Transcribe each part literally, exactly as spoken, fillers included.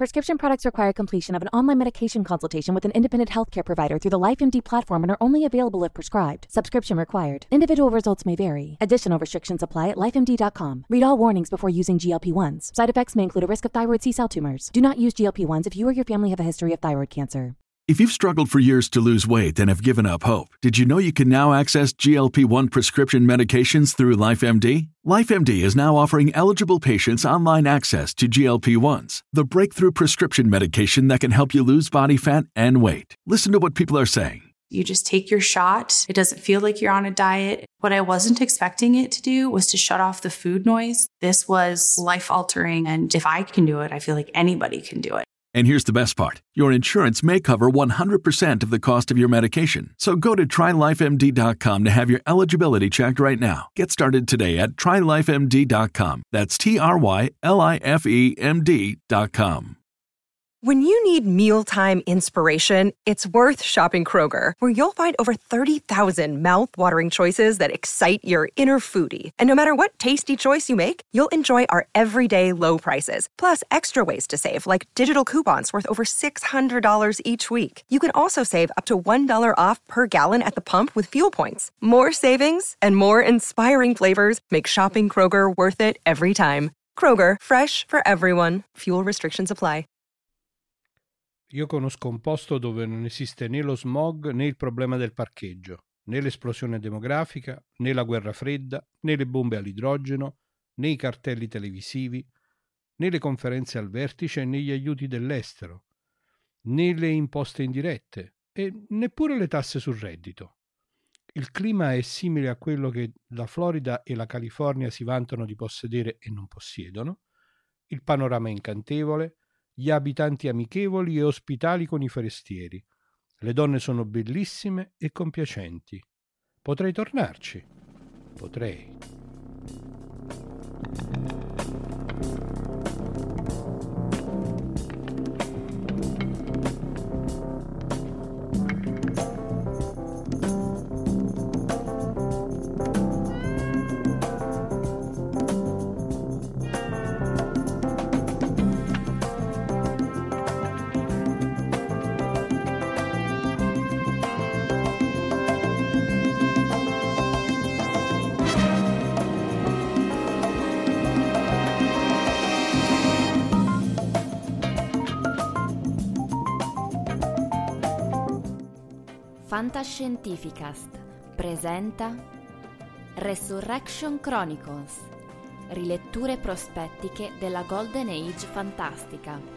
Prescription products require completion of an online medication consultation with an independent healthcare provider through the LifeMD platform and are only available if prescribed. Subscription required. Individual results may vary. Additional restrictions apply at life M D dot com. Read all warnings before using G L P ones. Side effects may include a risk of thyroid C-cell tumors. Do not use G L P ones if you or your family have a history of thyroid cancer. If you've struggled for years to lose weight and have given up hope, did you know you can now access G L P one prescription medications through LifeMD? LifeMD is now offering eligible patients online access to G L P ones, the breakthrough prescription medication that can help you lose body fat and weight. Listen to what people are saying. You just take your shot. It doesn't feel like you're on a diet. What I wasn't expecting it to do was to shut off the food noise. This was life-altering, and if I can do it, I feel like anybody can do it. And here's the best part. Your insurance may cover one hundred percent of the cost of your medication. So go to try life M D dot com to have your eligibility checked right now. Get started today at try life M D dot com. That's T R Y L I F E M D dot com. When you need mealtime inspiration, it's worth shopping Kroger, where you'll find over thirty thousand mouth-watering choices that excite your inner foodie. And no matter what tasty choice you make, you'll enjoy our everyday low prices, plus extra ways to save, like digital coupons worth over six hundred dollars each week. You can also save up to one dollar off per gallon at the pump with fuel points. More savings and more inspiring flavors make shopping Kroger worth it every time. Kroger, fresh for everyone. Fuel restrictions apply. Io conosco un posto dove non esiste né lo smog né il problema del parcheggio, né l'esplosione demografica, né la guerra fredda, né le bombe all'idrogeno, né i cartelli televisivi, né le conferenze al vertice né gli aiuti dell'estero, né le imposte indirette e neppure le tasse sul reddito. Il clima è simile a quello che la Florida e la California si vantano di possedere e non possiedono. Il panorama è incantevole, gli abitanti amichevoli e ospitali con i forestieri. Le donne sono bellissime e compiacenti. Potrei tornarci. Potrei. Fantascientificast presenta Resurrection Chronicles, riletture prospettiche della Golden Age fantastica.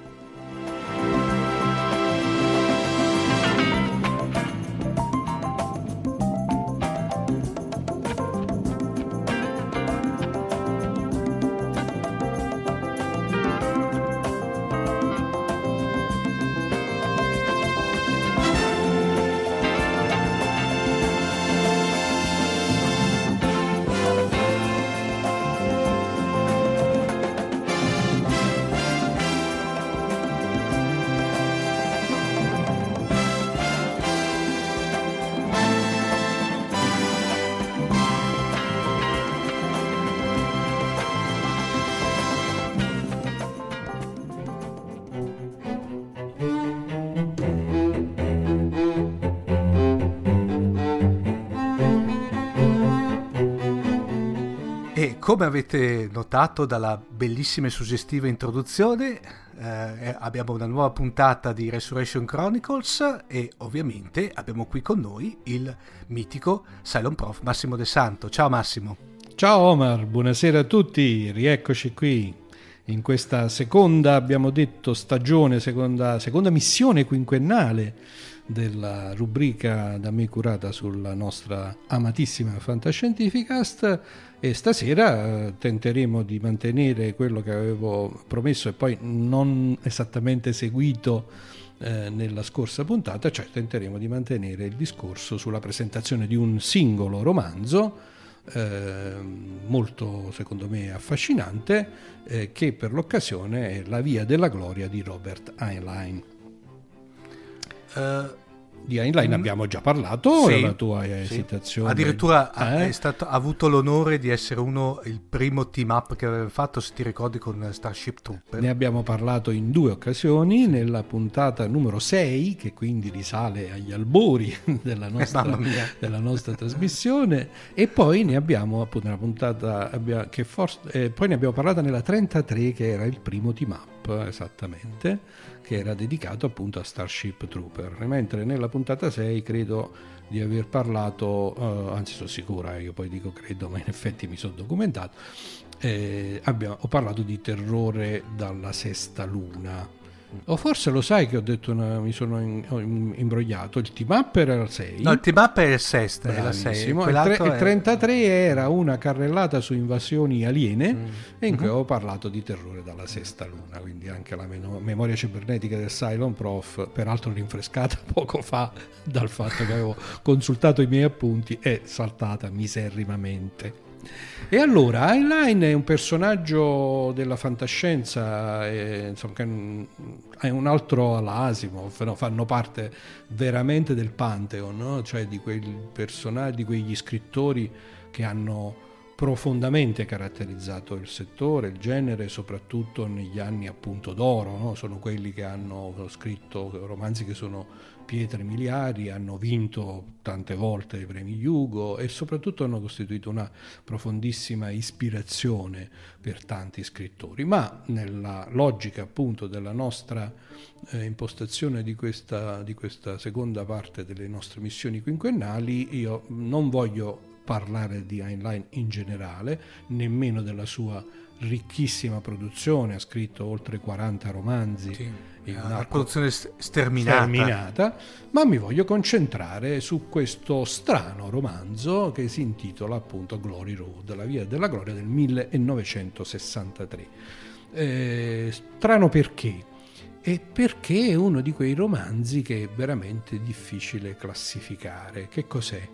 Come avete notato dalla bellissima e suggestiva introduzione, eh, abbiamo una nuova puntata di Resurrection Chronicles e ovviamente abbiamo qui con noi il mitico Cylon Prof Massimo De Santo. Ciao Massimo. Ciao Omar, buonasera a tutti, rieccoci qui in questa seconda, abbiamo detto, stagione, seconda, seconda missione quinquennale della rubrica da me curata sulla nostra amatissima Fantascientificast, e stasera eh, tenteremo di mantenere quello che avevo promesso e poi non esattamente seguito eh, nella scorsa puntata, cioè tenteremo di mantenere il discorso sulla presentazione di un singolo romanzo eh, molto, secondo me, affascinante, eh, che per l'occasione è La via della gloria di Robert Heinlein. Uh, di Heinlein mm. abbiamo già parlato, sì, la tua sì. esitazione. Addirittura eh? è stato, ha avuto l'onore di essere uno il primo team up che aveva fatto, se ti ricordi, con Starship Trooper. Ne abbiamo parlato in due occasioni, sì. nella puntata numero sei, che quindi risale agli albori della nostra, della nostra trasmissione, e poi ne abbiamo appunto nella puntata abbia, che forse eh, poi ne abbiamo parlato nella trentatré, che era il primo team up, esattamente, che era dedicato appunto a Starship Trooper, mentre nella puntata sei credo di aver parlato, uh, anzi sono sicura, io poi dico credo, ma in effetti mi sono documentato, eh, abbiamo, ho parlato di Terrore dalla sesta luna. O forse lo sai che ho detto una, mi sono in, ho imbrogliato, il team up era il sei. No, il team up è il sesto, è la sei. Il, tre, il trentatré era una carrellata su invasioni aliene, mm. e in cui mm-hmm. ho parlato di Terrore dalla sesta luna, quindi anche la meno, memoria cibernetica del Cylon Prof, peraltro rinfrescata poco fa dal fatto che avevo consultato i miei appunti, è saltata miserrimamente. E allora Heinlein è un personaggio della fantascienza, e, insomma, che è un altro all'Asimov, no? Fanno parte veramente del Pantheon, no? Cioè di quei personaggi, di quegli scrittori che hanno profondamente caratterizzato il settore, il genere, soprattutto negli anni appunto d'oro, no? Sono quelli che hanno scritto romanzi che sono pietre miliari, hanno vinto tante volte i premi Hugo e soprattutto hanno costituito una profondissima ispirazione per tanti scrittori. Ma nella logica appunto della nostra eh, impostazione di questa, di questa seconda parte delle nostre missioni quinquennali, io non voglio parlare di Heinlein in generale, nemmeno della sua ricchissima produzione, ha scritto oltre quaranta romanzi, sì, in una produzione sterminata. sterminata, ma mi voglio concentrare su questo strano romanzo che si intitola appunto Glory Road, la via della gloria, del millenovecentosessantatré. Eh, strano perché? E perché è uno di quei romanzi che è veramente difficile classificare. Che cos'è?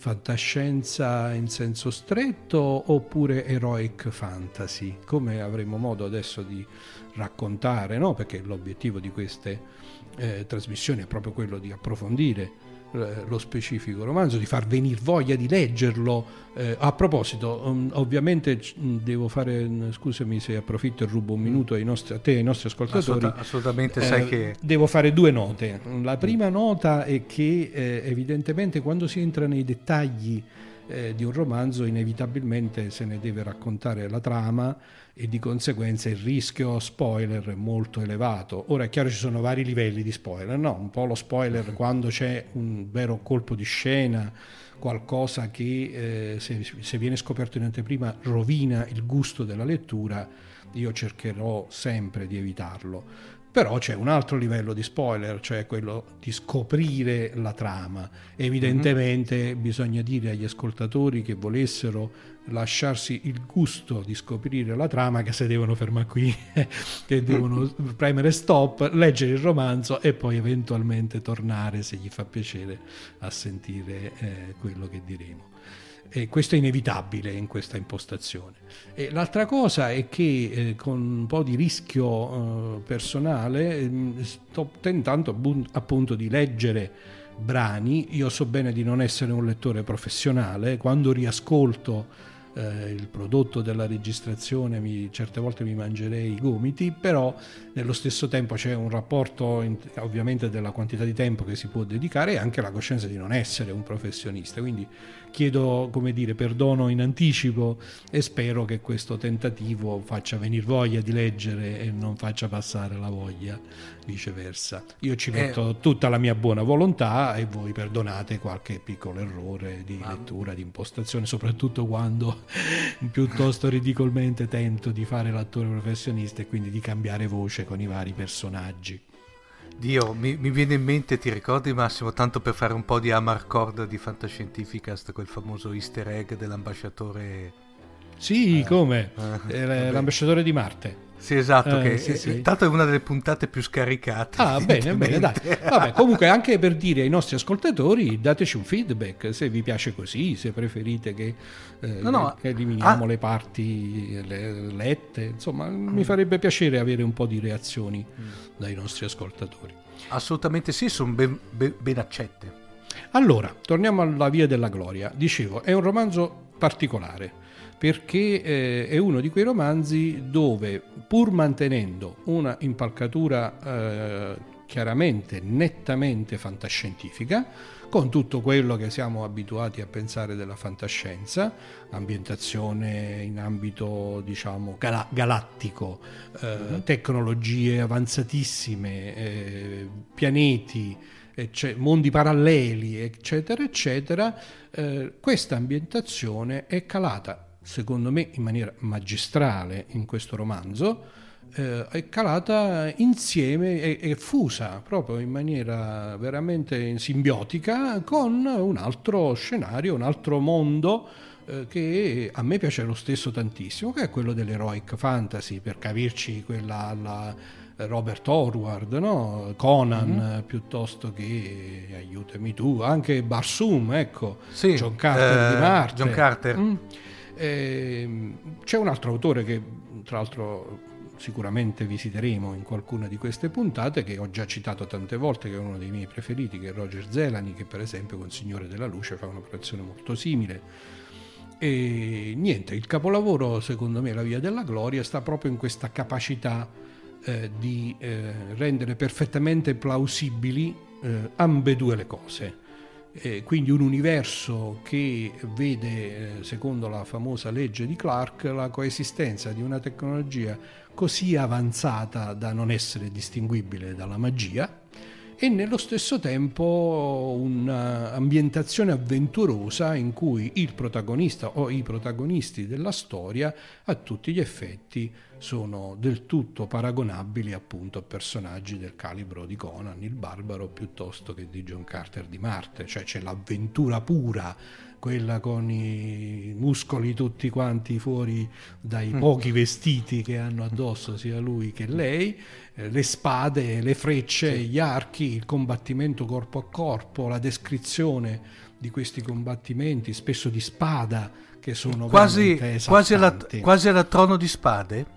Fantascienza in senso stretto oppure heroic fantasy, come avremo modo adesso di raccontare, no? Perché l'obiettivo di queste eh, trasmissioni è proprio quello di approfondire eh, lo specifico romanzo, di far venire voglia di leggerlo. Eh, a proposito, um, ovviamente devo fare, scusami se approfitto e rubo un minuto ai nostri, a te e ai nostri ascoltatori. Assoluta, assolutamente, eh, sai che devo fare due note. La prima nota è che eh, evidentemente quando si entra nei dettagli eh, di un romanzo inevitabilmente se ne deve raccontare la trama e di conseguenza il rischio spoiler è molto elevato. Ora è chiaro, ci sono vari livelli di spoiler, no? Un po' lo spoiler quando c'è un vero colpo di scena, qualcosa che eh, se, se viene scoperto in anteprima rovina il gusto della lettura, io cercherò sempre di evitarlo. Però c'è un altro livello di spoiler, cioè quello di scoprire la trama. Evidentemente mm-hmm. bisogna dire agli ascoltatori che volessero lasciarsi il gusto di scoprire la trama che se devono fermare qui, che devono premere stop, leggere il romanzo e poi eventualmente tornare, se gli fa piacere, a sentire eh, quello che diremo. E questo è inevitabile in questa impostazione. E l'altra cosa è che eh, con un po' di rischio eh, personale eh, sto tentando appunto di leggere brani. Io so bene di non essere un lettore professionale, quando riascolto eh, il prodotto della registrazione mi, certe volte mi mangerei i gomiti, però nello stesso tempo c'è un rapporto in, ovviamente della quantità di tempo che si può dedicare e anche la coscienza di non essere un professionista, quindi chiedo, come dire, perdono in anticipo e spero che questo tentativo faccia venire voglia di leggere e non faccia passare la voglia viceversa. Io ci metto eh, tutta la mia buona volontà e voi perdonate qualche piccolo errore di lettura, di impostazione, soprattutto quando piuttosto ridicolmente tento di fare l'attore professionista e quindi di cambiare voce con i vari personaggi. Dio, mi, mi viene in mente, ti ricordi Massimo, tanto per fare un po' di Amarcord di Fantascientificast, quel famoso easter egg dell'ambasciatore? Sì, eh, come? Eh, L'ambasciatore di Marte. Sì, esatto, eh, che sì, è, sì. tanto è una delle puntate più scaricate. Ah, bene, bene, dai. Vabbè, comunque anche per dire ai nostri ascoltatori, dateci un feedback se vi piace così, se preferite che, eh, No, no, che eliminiamo ah. le parti le, lette, insomma, mi farebbe piacere avere un po' di reazioni dai nostri ascoltatori. Assolutamente sì, sono ben, ben, ben accette. Allora, torniamo alla Via della Gloria. Dicevo, è un romanzo particolare perché eh, è uno di quei romanzi dove, pur mantenendo una impalcatura eh, chiaramente, nettamente fantascientifica, con tutto quello che siamo abituati a pensare della fantascienza, ambientazione in ambito, diciamo, gala- galattico, eh, mm-hmm. tecnologie avanzatissime, eh, pianeti, ecce- mondi paralleli, eccetera, eccetera, eh, questa ambientazione è calata, secondo me in maniera magistrale in questo romanzo, eh, è calata insieme e, e fusa proprio in maniera veramente simbiotica con un altro scenario, un altro mondo eh, che a me piace lo stesso tantissimo, che è quello dell'heroic fantasy, per capirci quella alla Robert Howard, no? Conan, mm-hmm. piuttosto che, aiutami tu, anche Barsoom, ecco, sì, John Carter eh, di Marte. John Carter. Mm. Eh, c'è un altro autore che tra l'altro sicuramente visiteremo in qualcuna di queste puntate, che ho già citato tante volte, che è uno dei miei preferiti, che è Roger Zelany, che per esempio con Signore della Luce fa un'operazione molto simile. E niente, il capolavoro secondo me, La Via della Gloria, sta proprio in questa capacità eh, di eh, rendere perfettamente plausibili eh, ambedue le cose. Eh, quindi un universo che vede, eh, secondo la famosa legge di Clark, la coesistenza di una tecnologia così avanzata da non essere distinguibile dalla magia, e nello stesso tempo un'ambientazione avventurosa in cui il protagonista o i protagonisti della storia a tutti gli effetti sono del tutto paragonabili appunto a personaggi del calibro di Conan il Barbaro piuttosto che di John Carter di Marte, cioè c'è l'avventura pura, quella con i muscoli tutti quanti fuori dai pochi vestiti che hanno addosso sia lui che lei, eh, le spade, le frecce, sì. gli archi, il combattimento corpo a corpo, la descrizione di questi combattimenti, spesso di spada, che sono quasi, quasi, alla, esaltanti. Quasi alla Trono di Spade?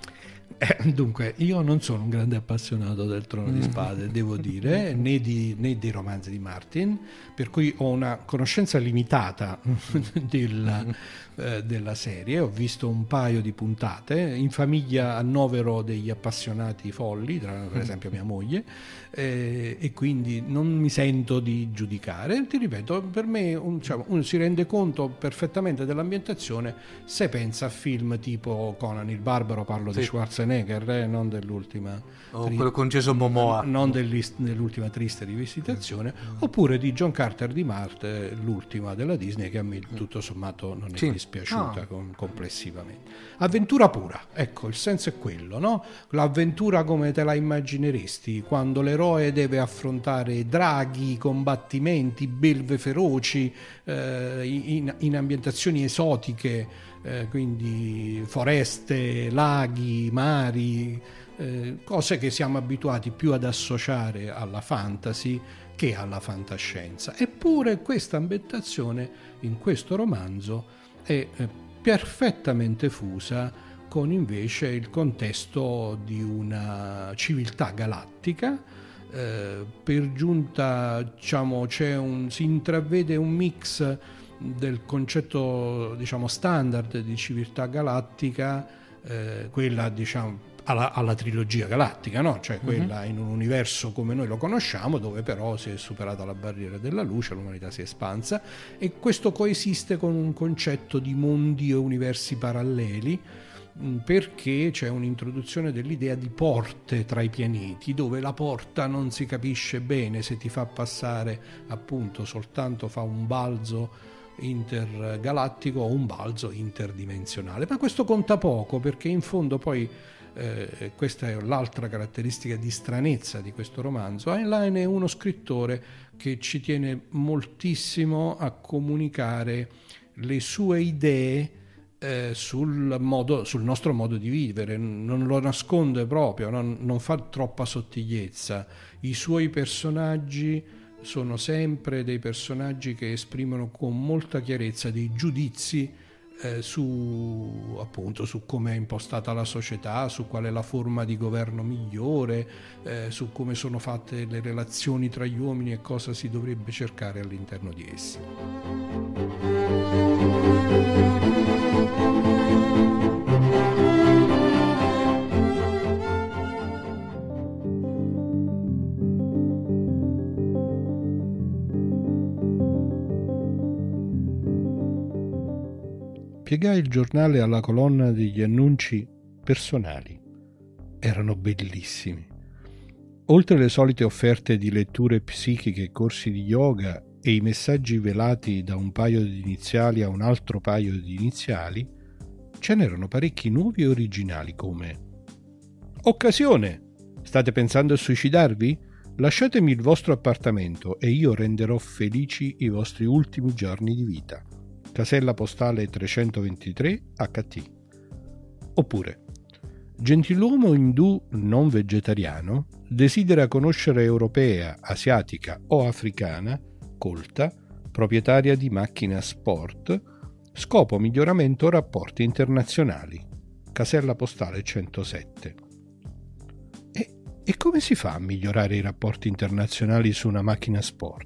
Eh, dunque, io non sono un grande appassionato del Trono di Spade, devo dire, né, di, né dei romanzi di Martin, per cui ho una conoscenza limitata della, eh, della serie. Ho visto un paio di puntate, in famiglia annovero degli appassionati folli, tra, per esempio mia moglie, eh, e quindi non mi sento di giudicare. Ti ripeto, per me un, diciamo, uno si rende conto perfettamente dell'ambientazione se pensa a film tipo Conan il Barbaro, parlo sì. di Schwarzenegger, Eh, non dell'ultima o tri- quello con Jason Momoa, non dell'ultima triste rivisitazione, mm. oppure di John Carter di Marte, l'ultima della Disney, che a me tutto sommato non è sì. dispiaciuta no. com- complessivamente. Avventura pura, ecco, il senso è quello, no? L'avventura come te la immagineresti, quando l'eroe deve affrontare draghi, combattimenti, belve feroci, eh, in, in ambientazioni esotiche, Eh, quindi foreste, laghi, mari, eh, cose che siamo abituati più ad associare alla fantasy che alla fantascienza. Eppure questa ambientazione in questo romanzo è eh, perfettamente fusa con invece il contesto di una civiltà galattica. Eh, per giunta, diciamo, c'è un, si intravede un mix del concetto, diciamo, standard di civiltà galattica, eh, quella, diciamo, alla, alla trilogia galattica, no? Cioè quella mm-hmm. in un universo come noi lo conosciamo, dove però si è superata la barriera della luce, l'umanità si è espansa, e questo coesiste con un concetto di mondi e universi paralleli, perché c'è un'introduzione dell'idea di porte tra i pianeti, dove la porta non si capisce bene se ti fa passare, appunto, soltanto fa un balzo intergalattico o un balzo interdimensionale, ma questo conta poco, perché in fondo poi eh, questa è l'altra caratteristica di stranezza di questo romanzo. Heinlein è uno scrittore che ci tiene moltissimo a comunicare le sue idee eh, sul, modo, sul nostro modo di vivere, non lo nasconde proprio, non, non fa troppa sottigliezza. I suoi personaggi sono sempre dei personaggi che esprimono con molta chiarezza dei giudizi eh, su appunto su come è impostata la società, su qual è la forma di governo migliore, eh, su come sono fatte le relazioni tra gli uomini e cosa si dovrebbe cercare all'interno di essi. Piegai il giornale alla colonna degli annunci personali. Erano bellissimi. Oltre le solite offerte di letture psichiche e corsi di yoga e i messaggi velati da un paio di iniziali a un altro paio di iniziali, ce n'erano parecchi nuovi e originali come: occasione! State pensando a suicidarvi? Lasciatemi il vostro appartamento e io renderò felici i vostri ultimi giorni di vita. Casella postale trecentoventitré acca ti. Oppure: gentiluomo indù non vegetariano desidera conoscere europea, asiatica o africana, colta, proprietaria di macchina sport, scopo miglioramento rapporti internazionali. Casella postale centosette. E, e come si fa a migliorare i rapporti internazionali su una macchina sport?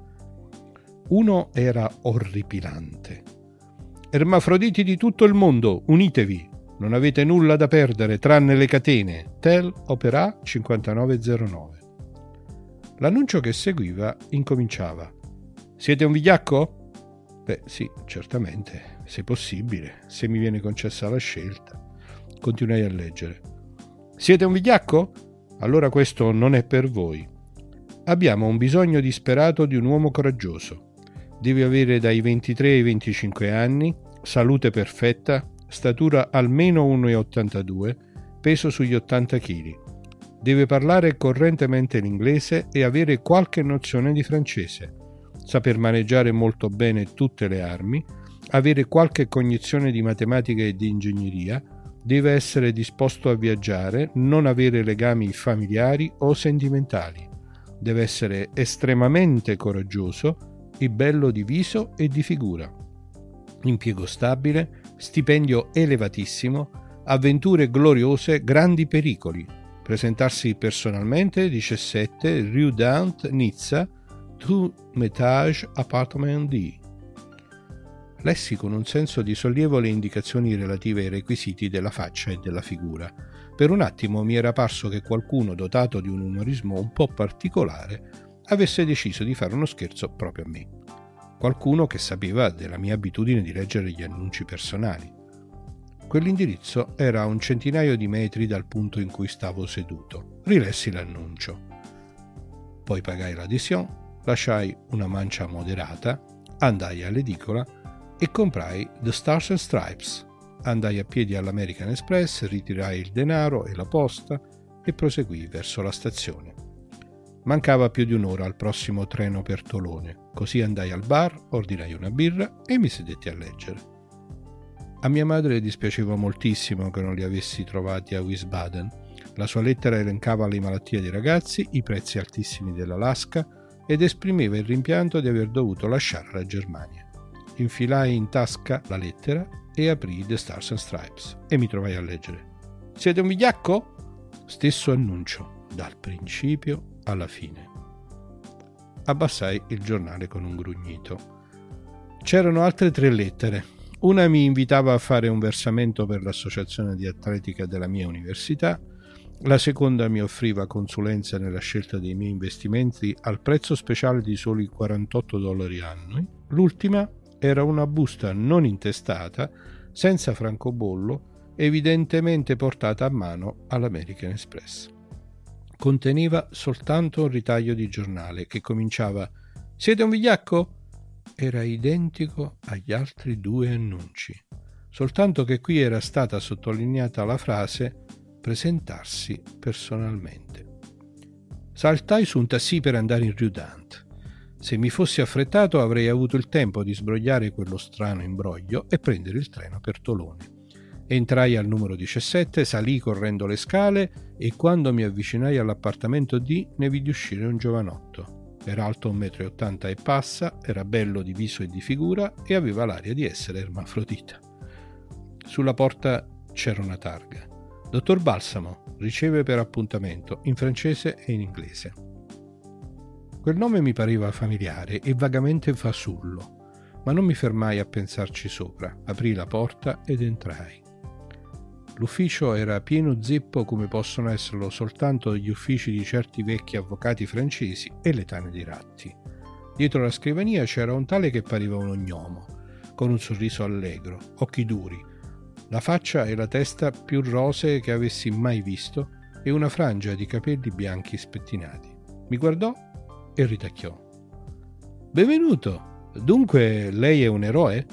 Uno era orripilante. Ermafroditi di tutto il mondo, unitevi! Non avete nulla da perdere tranne le catene. Tel Opera cinquantanove zero nove. L'annuncio che seguiva incominciava: siete un vigliacco? Beh sì, certamente, se possibile, se mi viene concessa la scelta. Continuai a leggere. Siete un vigliacco? Allora questo non è per voi. Abbiamo un bisogno disperato di un uomo coraggioso. Deve avere dai ventitré ai venticinque anni, salute perfetta, statura almeno uno virgola ottantadue, peso sugli ottanta chili. Deve parlare correntemente l'inglese e avere qualche nozione di francese, saper maneggiare molto bene tutte le armi, avere qualche cognizione di matematica e di ingegneria, deve essere disposto a viaggiare, non avere legami familiari o sentimentali, deve essere estremamente coraggioso e bello di viso e di figura. Impiego stabile, stipendio elevatissimo, avventure gloriose, grandi pericoli. Presentarsi personalmente, diciassette Rue d'Ant, Nizza, deux étages, appartement D. Lessi con un senso di sollievo le indicazioni relative ai requisiti della faccia e della figura. Per un attimo mi era parso che qualcuno dotato di un umorismo un po' particolare avesse deciso di fare uno scherzo proprio a me. Qualcuno che sapeva della mia abitudine di leggere gli annunci personali. Quell'indirizzo era a un centinaio di metri dal punto in cui stavo seduto. Rilessi l'annuncio. Poi pagai l'adesione, lasciai una mancia moderata, andai all'edicola e comprai The Stars and Stripes. Andai a piedi all'American Express, ritirai il denaro e la posta e proseguii verso la stazione. Mancava più di un'ora al prossimo treno per Tolone, così andai al bar, ordinai una birra e mi sedetti a leggere. A mia madre dispiaceva moltissimo che non li avessi trovati a Wiesbaden. La sua lettera elencava le malattie dei ragazzi, i prezzi altissimi dell'Alaska ed esprimeva il rimpianto di aver dovuto lasciare la Germania. Infilai in tasca la lettera e aprì The Stars and Stripes e mi trovai a leggere. Siete un vigliacco? Stesso annuncio, dal principio alla fine. Abbassai il giornale con un grugnito. C'erano altre tre lettere. Una mi invitava a fare un versamento per l'associazione di atletica della mia università, la seconda mi offriva consulenza nella scelta dei miei investimenti al prezzo speciale di soli quarantotto dollari annui, l'ultima era una busta non intestata, senza francobollo, evidentemente portata a mano all'American Express. Conteneva soltanto un ritaglio di giornale che cominciava «Siete un vigliacco?» Era identico agli altri due annunci, soltanto che qui era stata sottolineata la frase «presentarsi personalmente». Saltai su un taxi per andare in Rue d'Ant. Se mi fossi affrettato avrei avuto il tempo di sbrogliare quello strano imbroglio e prendere il treno per Tolone. Entrai al numero diciassette, salii correndo le scale e quando mi avvicinai all'appartamento D ne vidi uscire un giovanotto. Era alto un metro e ottanta e passa, era bello di viso e di figura e aveva l'aria di essere ermafrodita. Sulla porta c'era una targa. Dottor Balsamo, riceve per appuntamento, in francese e in inglese. Quel nome mi pareva familiare e vagamente fasullo, ma non mi fermai a pensarci sopra. Aprii la porta ed entrai. L'ufficio era pieno zeppo come possono esserlo soltanto gli uffici di certi vecchi avvocati francesi e le tane di ratti. Dietro la scrivania c'era un tale che pareva un ognomo, con un sorriso allegro, occhi duri, la faccia e la testa più rosee che avessi mai visto e una frangia di capelli bianchi spettinati. Mi guardò e ritacchiò. Benvenuto! Dunque lei è un eroe?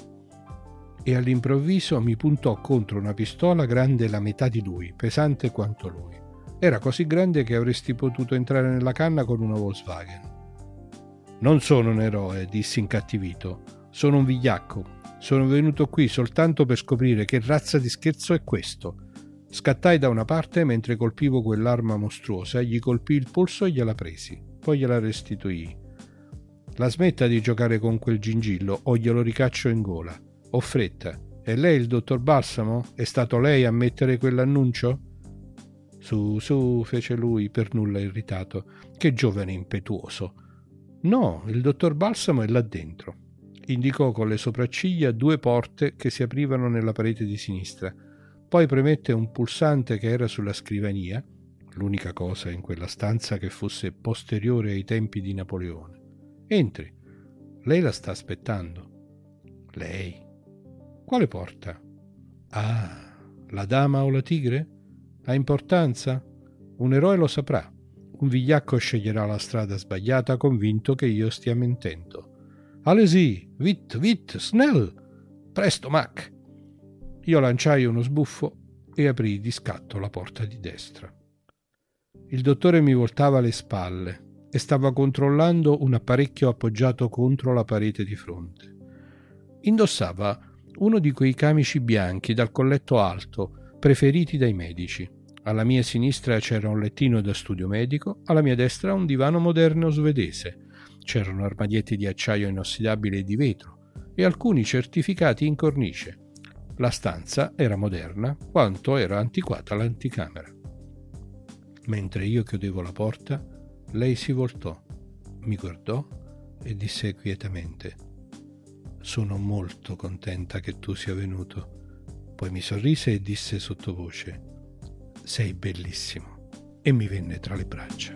E all'improvviso mi puntò contro una pistola grande la metà di lui, pesante quanto lui. Era così grande che avresti potuto entrare nella canna con una Volkswagen. Non sono un eroe, dissi incattivito. Sono un vigliacco. Sono venuto qui soltanto per scoprire che razza di scherzo è questo. Scattai da una parte mentre colpivo quell'arma mostruosa, gli colpii il polso e gliela presi. Poi gliela restituii. La smetta di giocare con quel gingillo o glielo ricaccio in gola. Ho fretta. È lei il dottor Balsamo? È stato lei a mettere quell'annuncio? Su, su, fece lui per nulla irritato. Che giovane impetuoso. No, il dottor Balsamo è là dentro. Indicò con le sopracciglia due porte che si aprivano nella parete di sinistra. Poi premette un pulsante che era sulla scrivania, l'unica cosa in quella stanza che fosse posteriore ai tempi di Napoleone. Entri. Lei la sta aspettando. Lei? Quale porta? Ah, la dama o la tigre? Ha importanza? Un eroe lo saprà. Un vigliacco sceglierà la strada sbagliata convinto che io stia mentendo. Allez-y, vite, vite, snell! Presto, Mac! Io lanciai uno sbuffo e aprii di scatto la porta di destra. Il dottore mi voltava le spalle e stava controllando un apparecchio appoggiato contro la parete di fronte. Indossava uno di quei camici bianchi dal colletto alto, preferiti dai medici. Alla mia sinistra c'era un lettino da studio medico, alla mia destra un divano moderno svedese. C'erano armadietti di acciaio inossidabile e di vetro e alcuni certificati in cornice. La stanza era moderna quanto era antiquata l'anticamera. Mentre io chiudevo la porta, lei si voltò, mi guardò e disse quietamente: «Sono molto contenta che tu sia venuto». Poi mi sorrise e disse sottovoce: «Sei bellissimo», e mi venne tra le braccia.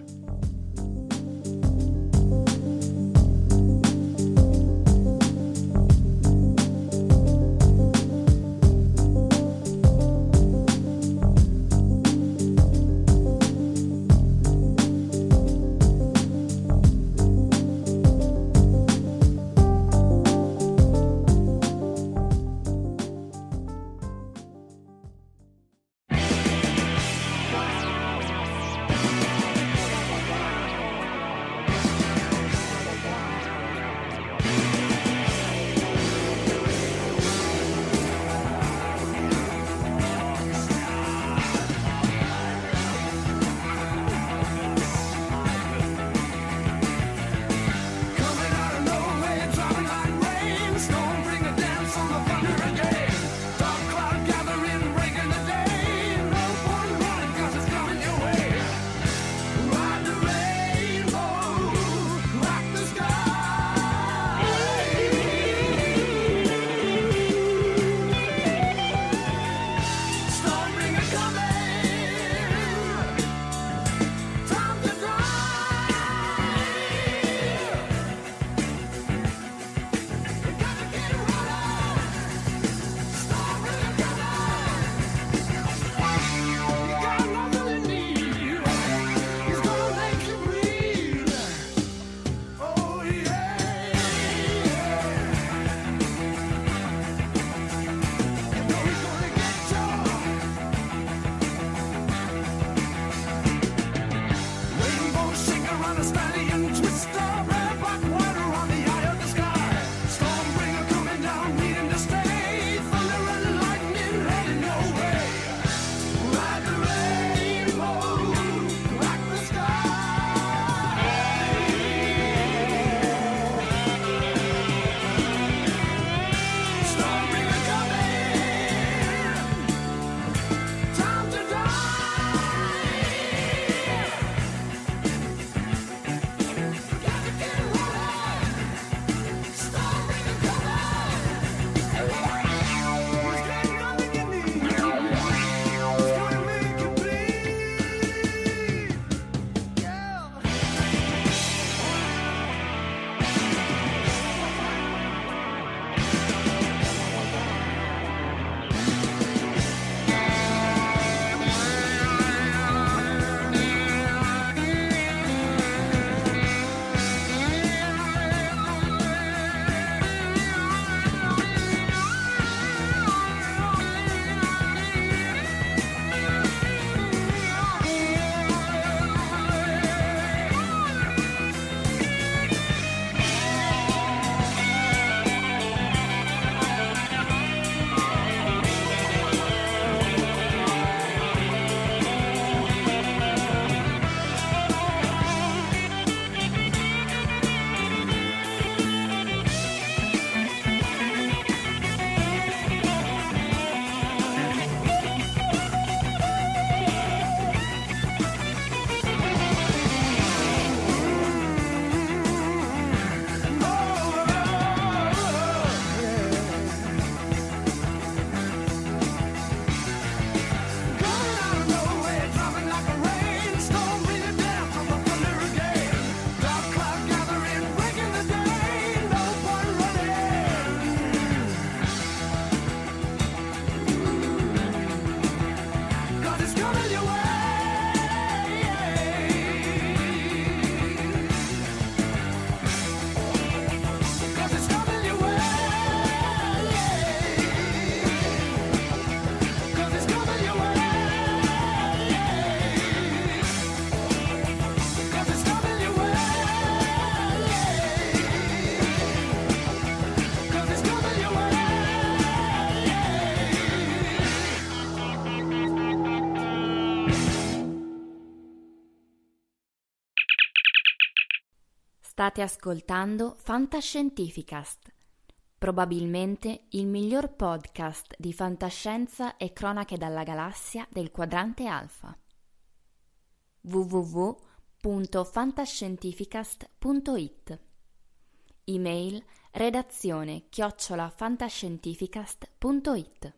State ascoltando Fantascientificast, probabilmente il miglior podcast di fantascienza e cronache dalla galassia del quadrante alfa. w w w punto fantascientificast punto i t. Email redazione chiocciola fantascientificast punto i t.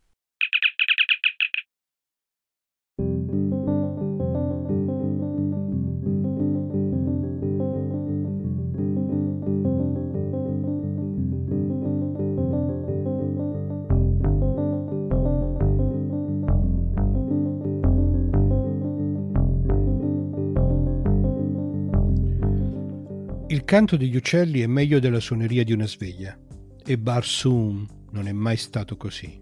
Il canto degli uccelli è meglio della suoneria di una sveglia, e Barsoom non è mai stato così.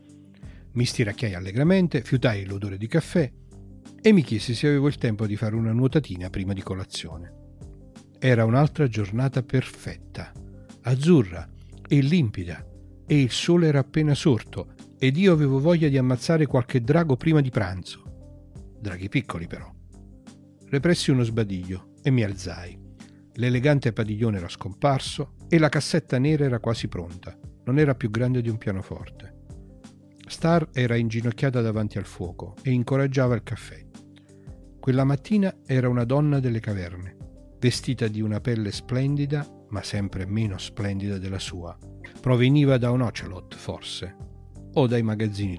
Mi stiracchiai allegramente, fiutai l'odore di caffè e mi chiesi se avevo il tempo di fare una nuotatina prima di colazione. Era un'altra giornata perfetta, azzurra e limpida, e il sole era appena sorto, ed io avevo voglia di ammazzare qualche drago prima di pranzo. Draghi piccoli però. Repressi uno sbadiglio e mi alzai. L'elegante padiglione era scomparso e la cassetta nera era quasi pronta. Non era più grande di un pianoforte. Star era inginocchiata davanti al fuoco e incoraggiava il caffè. Quella mattina era una donna delle caverne, vestita di una pelle splendida, ma sempre meno splendida della sua. Proveniva da un ocelot, forse, o dai magazzini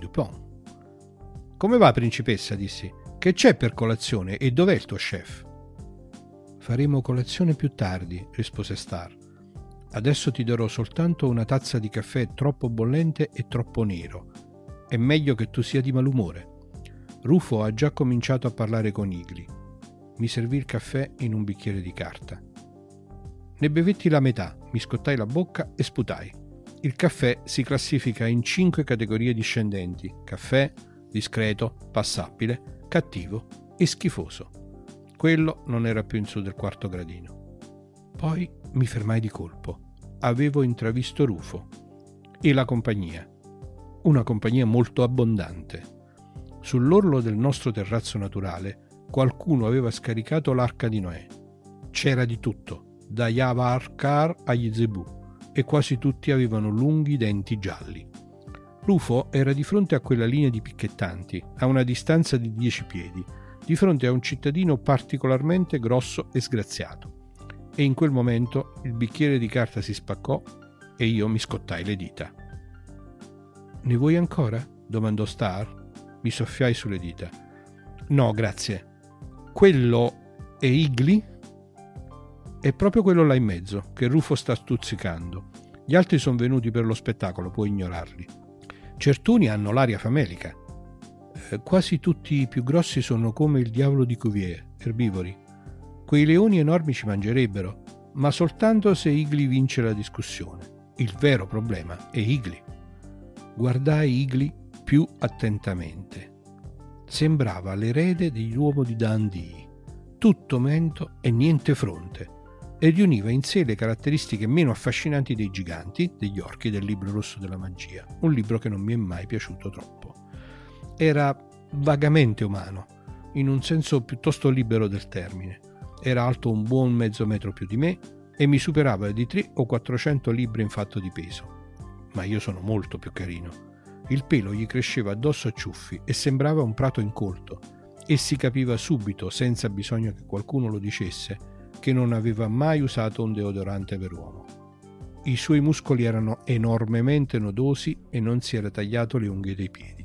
Dupont. «Come va, principessa?» dissi. «Che c'è per colazione e dov'è il tuo chef?» «Faremo colazione più tardi», rispose Star. «Adesso ti darò soltanto una tazza di caffè troppo bollente e troppo nero. È meglio che tu sia di malumore». Rufo ha già cominciato a parlare con Igli. Mi servì il caffè in un bicchiere di carta. Ne bevetti la metà, mi scottai la bocca e sputai. Il caffè si classifica in cinque categorie discendenti: caffè, discreto, passabile, cattivo e schifoso. Quello non era più in su del quarto gradino. Poi mi fermai di colpo. Avevo intravisto Rufo e la compagnia. Una compagnia molto abbondante. Sull'orlo del nostro terrazzo naturale qualcuno aveva scaricato l'arca di Noè. C'era di tutto, da Yavarkar agli zebù, e quasi tutti avevano lunghi denti gialli. Rufo era di fronte a quella linea di picchettanti, a una distanza di dieci piedi, di fronte a un cittadino particolarmente grosso e sgraziato, e in quel momento il bicchiere di carta si spaccò e io mi scottai le dita. «Ne vuoi ancora?» domandò Star. Mi soffiai sulle dita. «No, grazie. Quello è Igli?» «È proprio quello là in mezzo, che Rufo sta stuzzicando. Gli altri sono venuti per lo spettacolo, puoi ignorarli. Certuni hanno l'aria famelica. Quasi tutti i più grossi sono come il diavolo di Cuvier, erbivori. Quei leoni enormi ci mangerebbero, ma soltanto se Igli vince la discussione. Il vero problema è Igli». Guardai Igli più attentamente. Sembrava l'erede dell'uomo di Dundee, tutto mento e niente fronte, e riuniva in sé le caratteristiche meno affascinanti dei giganti, degli orchi, del libro rosso della magia, un libro che non mi è mai piaciuto troppo. Era vagamente umano, in un senso piuttosto libero del termine. Era alto un buon mezzo metro più di me e mi superava di tre o quattrocento libbre in fatto di peso. Ma io sono molto più carino. Il pelo gli cresceva addosso a ciuffi e sembrava un prato incolto, e si capiva subito, senza bisogno che qualcuno lo dicesse, che non aveva mai usato un deodorante per uomo. I suoi muscoli erano enormemente nodosi e non si era tagliato le unghie dei piedi.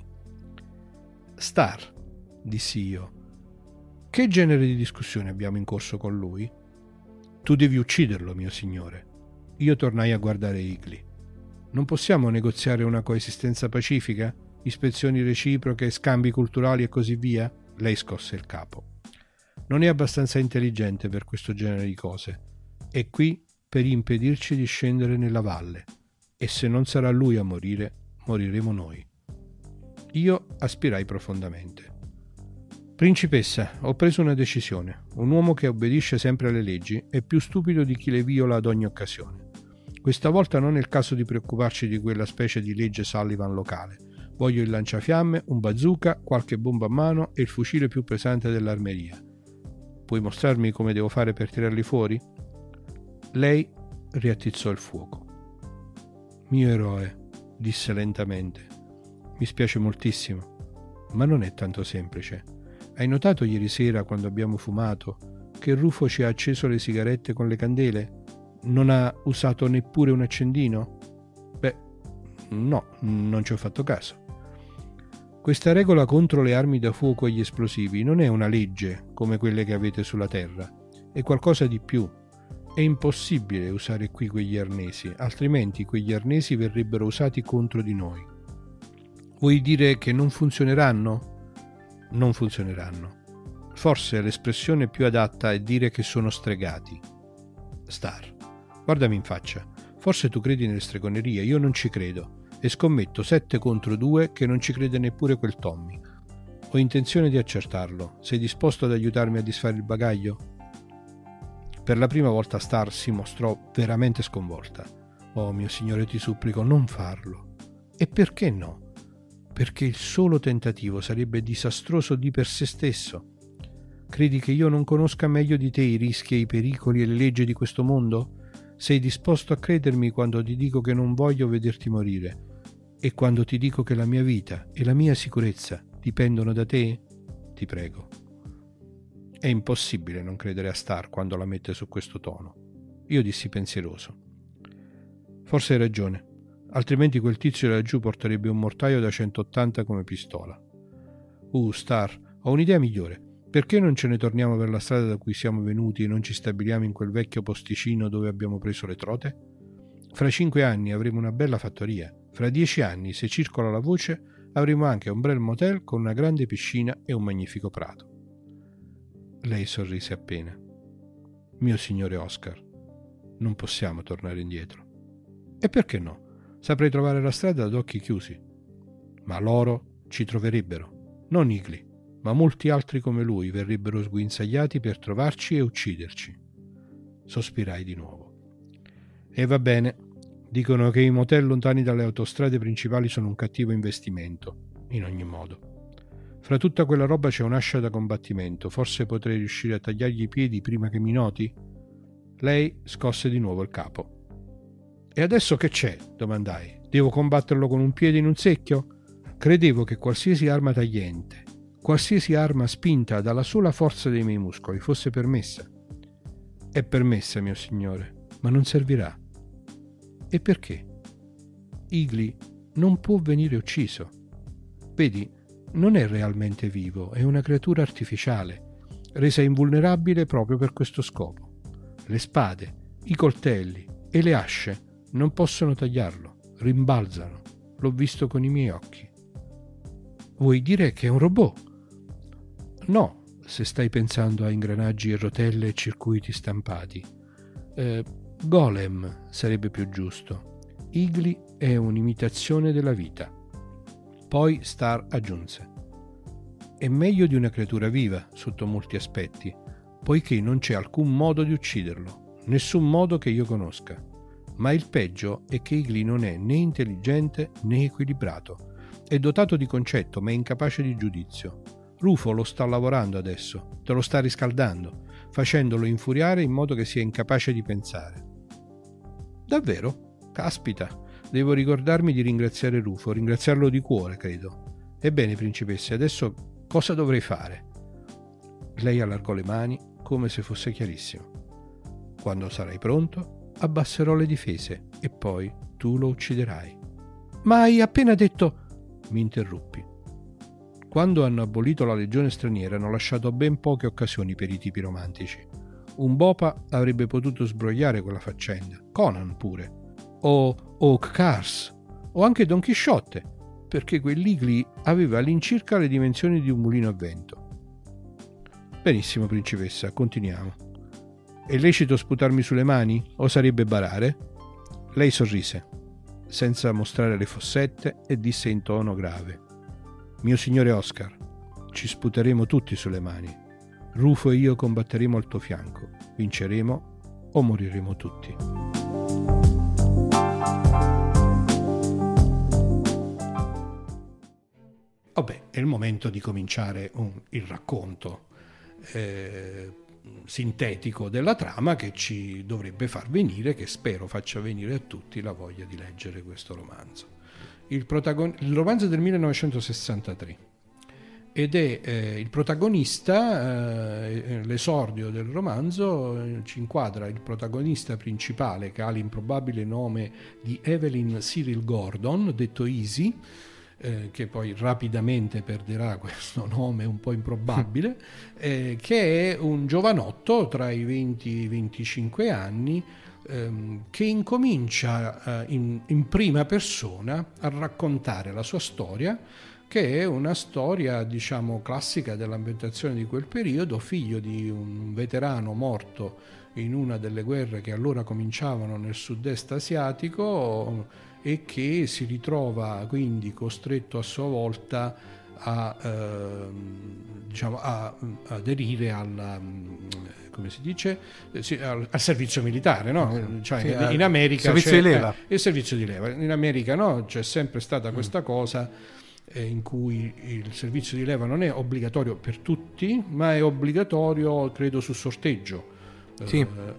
«Star», dissi io, «che genere di discussione abbiamo in corso con lui?» «Tu devi ucciderlo, mio signore». Io tornai a guardare Igli. «Non possiamo negoziare una coesistenza pacifica? Ispezioni reciproche, scambi culturali e così via?» Lei scosse il capo. «Non è abbastanza intelligente per questo genere di cose. È qui per impedirci di scendere nella valle, e se non sarà lui a morire, moriremo noi». Io aspirai profondamente. «Principessa, ho preso una decisione. Un uomo che obbedisce sempre alle leggi è più stupido di chi le viola ad ogni occasione. Questa volta non è il caso di preoccuparci di quella specie di legge Sullivan locale. Voglio il lanciafiamme, un bazooka, qualche bomba a mano e il fucile più pesante dell'armeria. Puoi mostrarmi come devo fare per tirarli fuori?» Lei riattizzò il fuoco. Mio eroe, disse lentamente, mi spiace moltissimo, ma non è tanto semplice. Hai notato ieri sera, quando abbiamo fumato, che Rufo ci ha acceso le sigarette con le candele? Non ha usato neppure un accendino? Beh, no, non ci ho fatto caso. Questa regola contro le armi da fuoco e gli esplosivi non è una legge come quelle che avete sulla Terra, è qualcosa di più. È impossibile usare qui quegli arnesi, altrimenti quegli arnesi verrebbero usati contro di noi. Vuoi dire che non funzioneranno? Non funzioneranno. Forse l'espressione più adatta è dire che sono stregati. Star, guardami in faccia. Forse tu credi nelle stregonerie, io non ci credo. E scommetto sette contro due che non ci crede neppure quel Tommy. Ho intenzione di accertarlo. Sei disposto ad aiutarmi a disfare il bagaglio? Per la prima volta Star si mostrò veramente sconvolta. Oh mio signore, ti supplico, non farlo. E perché no? Perché il solo tentativo sarebbe disastroso di per sé stesso. Credi che io non conosca meglio di te i rischi e i pericoli e le leggi di questo mondo? Sei disposto a credermi quando ti dico che non voglio vederti morire? E quando ti dico che la mia vita e la mia sicurezza dipendono da te? Ti prego. È impossibile non credere a Star quando la mette su questo tono. Io dissi pensieroso. Forse hai ragione, altrimenti quel tizio laggiù porterebbe un mortaio da centottanta come pistola. Uh, Star, ho un'idea migliore. Perché non ce ne torniamo per la strada da cui siamo venuti e non ci stabiliamo in quel vecchio posticino dove abbiamo preso le trote? Fra cinque anni avremo una bella fattoria. Fra dieci anni, se circola la voce, avremo anche un bel motel con una grande piscina e un magnifico prato. Lei sorrise appena. Mio signore Oscar, non possiamo tornare indietro. E perché no? Saprei trovare la strada ad occhi chiusi. Ma loro ci troverebbero, non Igli, ma molti altri come lui verrebbero sguinzagliati per trovarci e ucciderci. Sospirai di nuovo. E va bene, dicono che i motel lontani dalle autostrade principali sono un cattivo investimento, in ogni modo. Fra tutta quella roba c'è un'ascia da combattimento, forse potrei riuscire a tagliargli i piedi prima che mi noti? Lei scosse di nuovo il capo. E adesso che c'è? Domandai. Devo combatterlo con un piede in un secchio? Credevo che qualsiasi arma tagliente, qualsiasi arma spinta dalla sola forza dei miei muscoli fosse permessa. È permessa, mio signore, ma non servirà. E perché? Igli non può venire ucciso. Vedi, non è realmente vivo, è una creatura artificiale, resa invulnerabile proprio per questo scopo. Le spade, i coltelli e le asce non possono tagliarlo, rimbalzano. L'ho visto con i miei occhi. Vuoi dire che è un robot? No, se stai pensando a ingranaggi e rotelle e circuiti stampati. Eh, golem sarebbe più giusto. Igli è un'imitazione della vita. Poi Star aggiunse: è meglio di una creatura viva sotto molti aspetti, poiché non c'è alcun modo di ucciderlo, nessun modo che io conosca. Ma il peggio è che Igli non è né intelligente né equilibrato. È dotato di concetto, ma è incapace di giudizio. Rufo lo sta lavorando adesso, te lo sta riscaldando, facendolo infuriare in modo che sia incapace di pensare. Davvero? Caspita! Devo ricordarmi di ringraziare Rufo, ringraziarlo di cuore, credo. Ebbene, principesse, adesso cosa dovrei fare? Lei allargò le mani come se fosse chiarissimo. Quando sarai pronto, abbasserò le difese e poi tu lo ucciderai. Ma hai appena detto... Mi interruppi. Quando hanno abolito la legione straniera hanno lasciato ben poche occasioni per i tipi romantici. Un Bopa avrebbe potuto sbrogliare quella faccenda, Conan pure, o Oak Cars, o anche Don Chisciotte, perché quell'Igli aveva all'incirca le dimensioni di un mulino a vento. Benissimo, principessa, continuiamo. È lecito sputarmi sulle mani o sarebbe barare? Lei sorrise, senza mostrare le fossette, e disse in tono grave: mio signore Oscar, ci sputeremo tutti sulle mani. Rufo e io combatteremo al tuo fianco. Vinceremo o moriremo tutti. Vabbè, è il momento di cominciare un, il racconto. Eh, sintetico della trama che ci dovrebbe far venire, che spero faccia venire a tutti, la voglia di leggere questo romanzo. Il, protagon- il romanzo è del millenovecentosessantatré ed è eh, il protagonista, eh, l'esordio del romanzo eh, ci inquadra il protagonista principale, che ha l'improbabile nome di Evelyn Cyril Gordon, detto Easy, Eh, che poi rapidamente perderà questo nome un po' improbabile, eh, che è un giovanotto tra i venti e i venticinque anni, ehm, che incomincia eh, in, in prima persona a raccontare la sua storia, che è una storia, diciamo, classica dell'ambientazione di quel periodo, figlio di un veterano morto in una delle guerre che allora cominciavano nel sud-est asiatico, e che si ritrova quindi costretto a sua volta a, eh, diciamo, a, a aderire alla, come si dice, sì, al, al servizio militare, no? Cioè, sì, in America servizio c'è, di leva. Eh, il servizio di leva. In America, no? C'è sempre stata questa cosa eh, in cui il servizio di leva non è obbligatorio per tutti, ma è obbligatorio, credo, su sorteggio. Sì. Uh,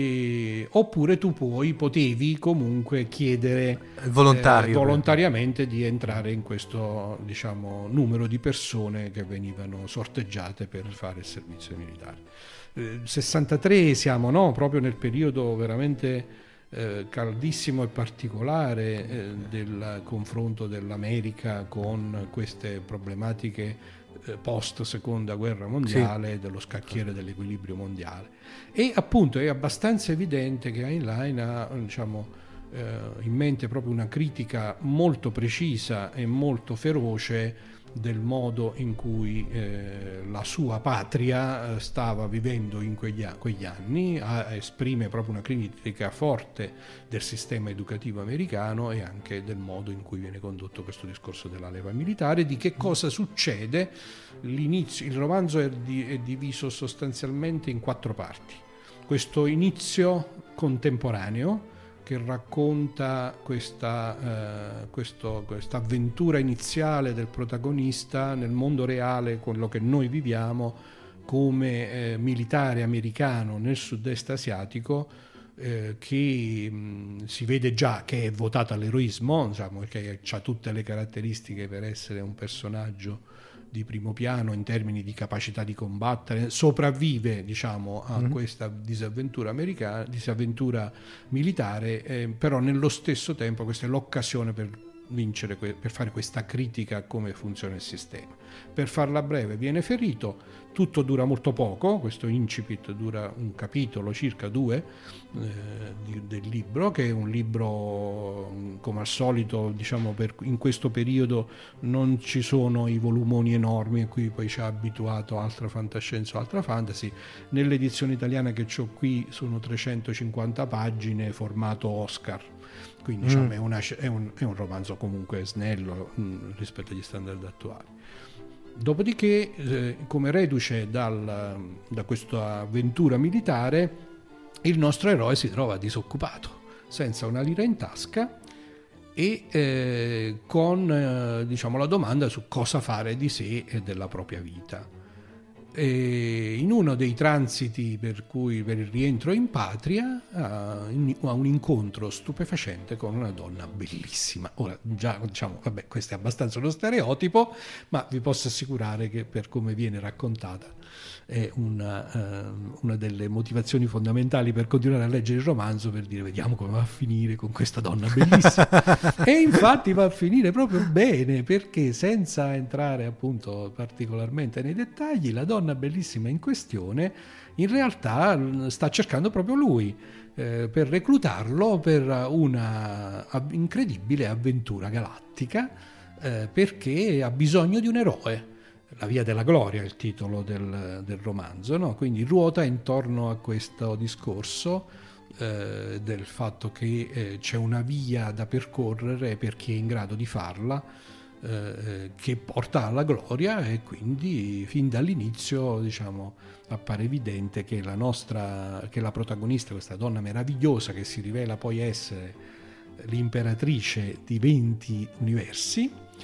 e, oppure tu puoi, potevi comunque chiedere volontario, eh, volontariamente di entrare in questo, diciamo, numero di persone che venivano sorteggiate per fare il servizio militare. Eh, sessantatré siamo, no? Proprio nel periodo veramente eh, caldissimo e particolare eh, del confronto dell'America con queste problematiche post seconda guerra mondiale, sì, dello scacchiere dell'equilibrio mondiale. E appunto è abbastanza evidente che Heinlein ha, diciamo, eh, in mente proprio una critica molto precisa e molto feroce del modo in cui eh, la sua patria stava vivendo in quegli, a- quegli anni, a- esprime proprio una critica forte del sistema educativo americano e anche del modo in cui viene condotto questo discorso della leva militare, di che cosa succede. L'inizio, il romanzo è, di, è diviso sostanzialmente in quattro parti. Questo inizio contemporaneo che racconta questa, eh, questo, questa avventura iniziale del protagonista nel mondo reale, quello che noi viviamo come eh, militare americano nel sud-est asiatico, eh, che mh, si vede già che è votato all'eroismo, diciamo, che ha tutte le caratteristiche per essere un personaggio di primo piano in termini di capacità di combattere, sopravvive, diciamo, a mm-hmm. questa disavventura americana, disavventura militare, eh, però nello stesso tempo questa è l'occasione per vincere, per fare questa critica a come funziona il sistema. Per farla breve, viene ferito, tutto dura molto poco, questo incipit dura un capitolo, circa due, eh, di, del libro, che è un libro, come al solito, diciamo, per, in questo periodo non ci sono i volumoni enormi a cui poi ci ha abituato altra fantascienza o altra fantasy. Nell'edizione italiana che ho qui sono trecentocinquanta pagine, formato Oscar, quindi diciamo, mm. è, una, è, un, è un romanzo comunque snello mh, rispetto agli standard attuali. Dopodiché, eh, come reduce dal, da questa avventura militare, il nostro eroe si trova disoccupato, senza una lira in tasca e eh, con eh, diciamo, la domanda su cosa fare di sé e della propria vita. E in uno dei transiti per cui per il rientro in patria ha un incontro stupefacente con una donna bellissima. Ora già, diciamo, vabbè, questo è abbastanza uno stereotipo, ma vi posso assicurare che per come viene raccontata è una, uh, una delle motivazioni fondamentali per continuare a leggere il romanzo, per dire vediamo come va a finire con questa donna bellissima. E infatti va a finire proprio bene, perché senza entrare appunto particolarmente nei dettagli, la donna bellissima in questione in realtà sta cercando proprio lui eh, per reclutarlo per una incredibile avventura galattica, eh, perché ha bisogno di un eroe. La via della gloria è il titolo del, del romanzo, no? Quindi ruota intorno a questo discorso eh, del fatto che eh, c'è una via da percorrere per chi è in grado di farla, eh, che porta alla gloria, e quindi fin dall'inizio, diciamo, appare evidente che la nostra, che la protagonista, questa donna meravigliosa che si rivela poi essere l'imperatrice di venti universi,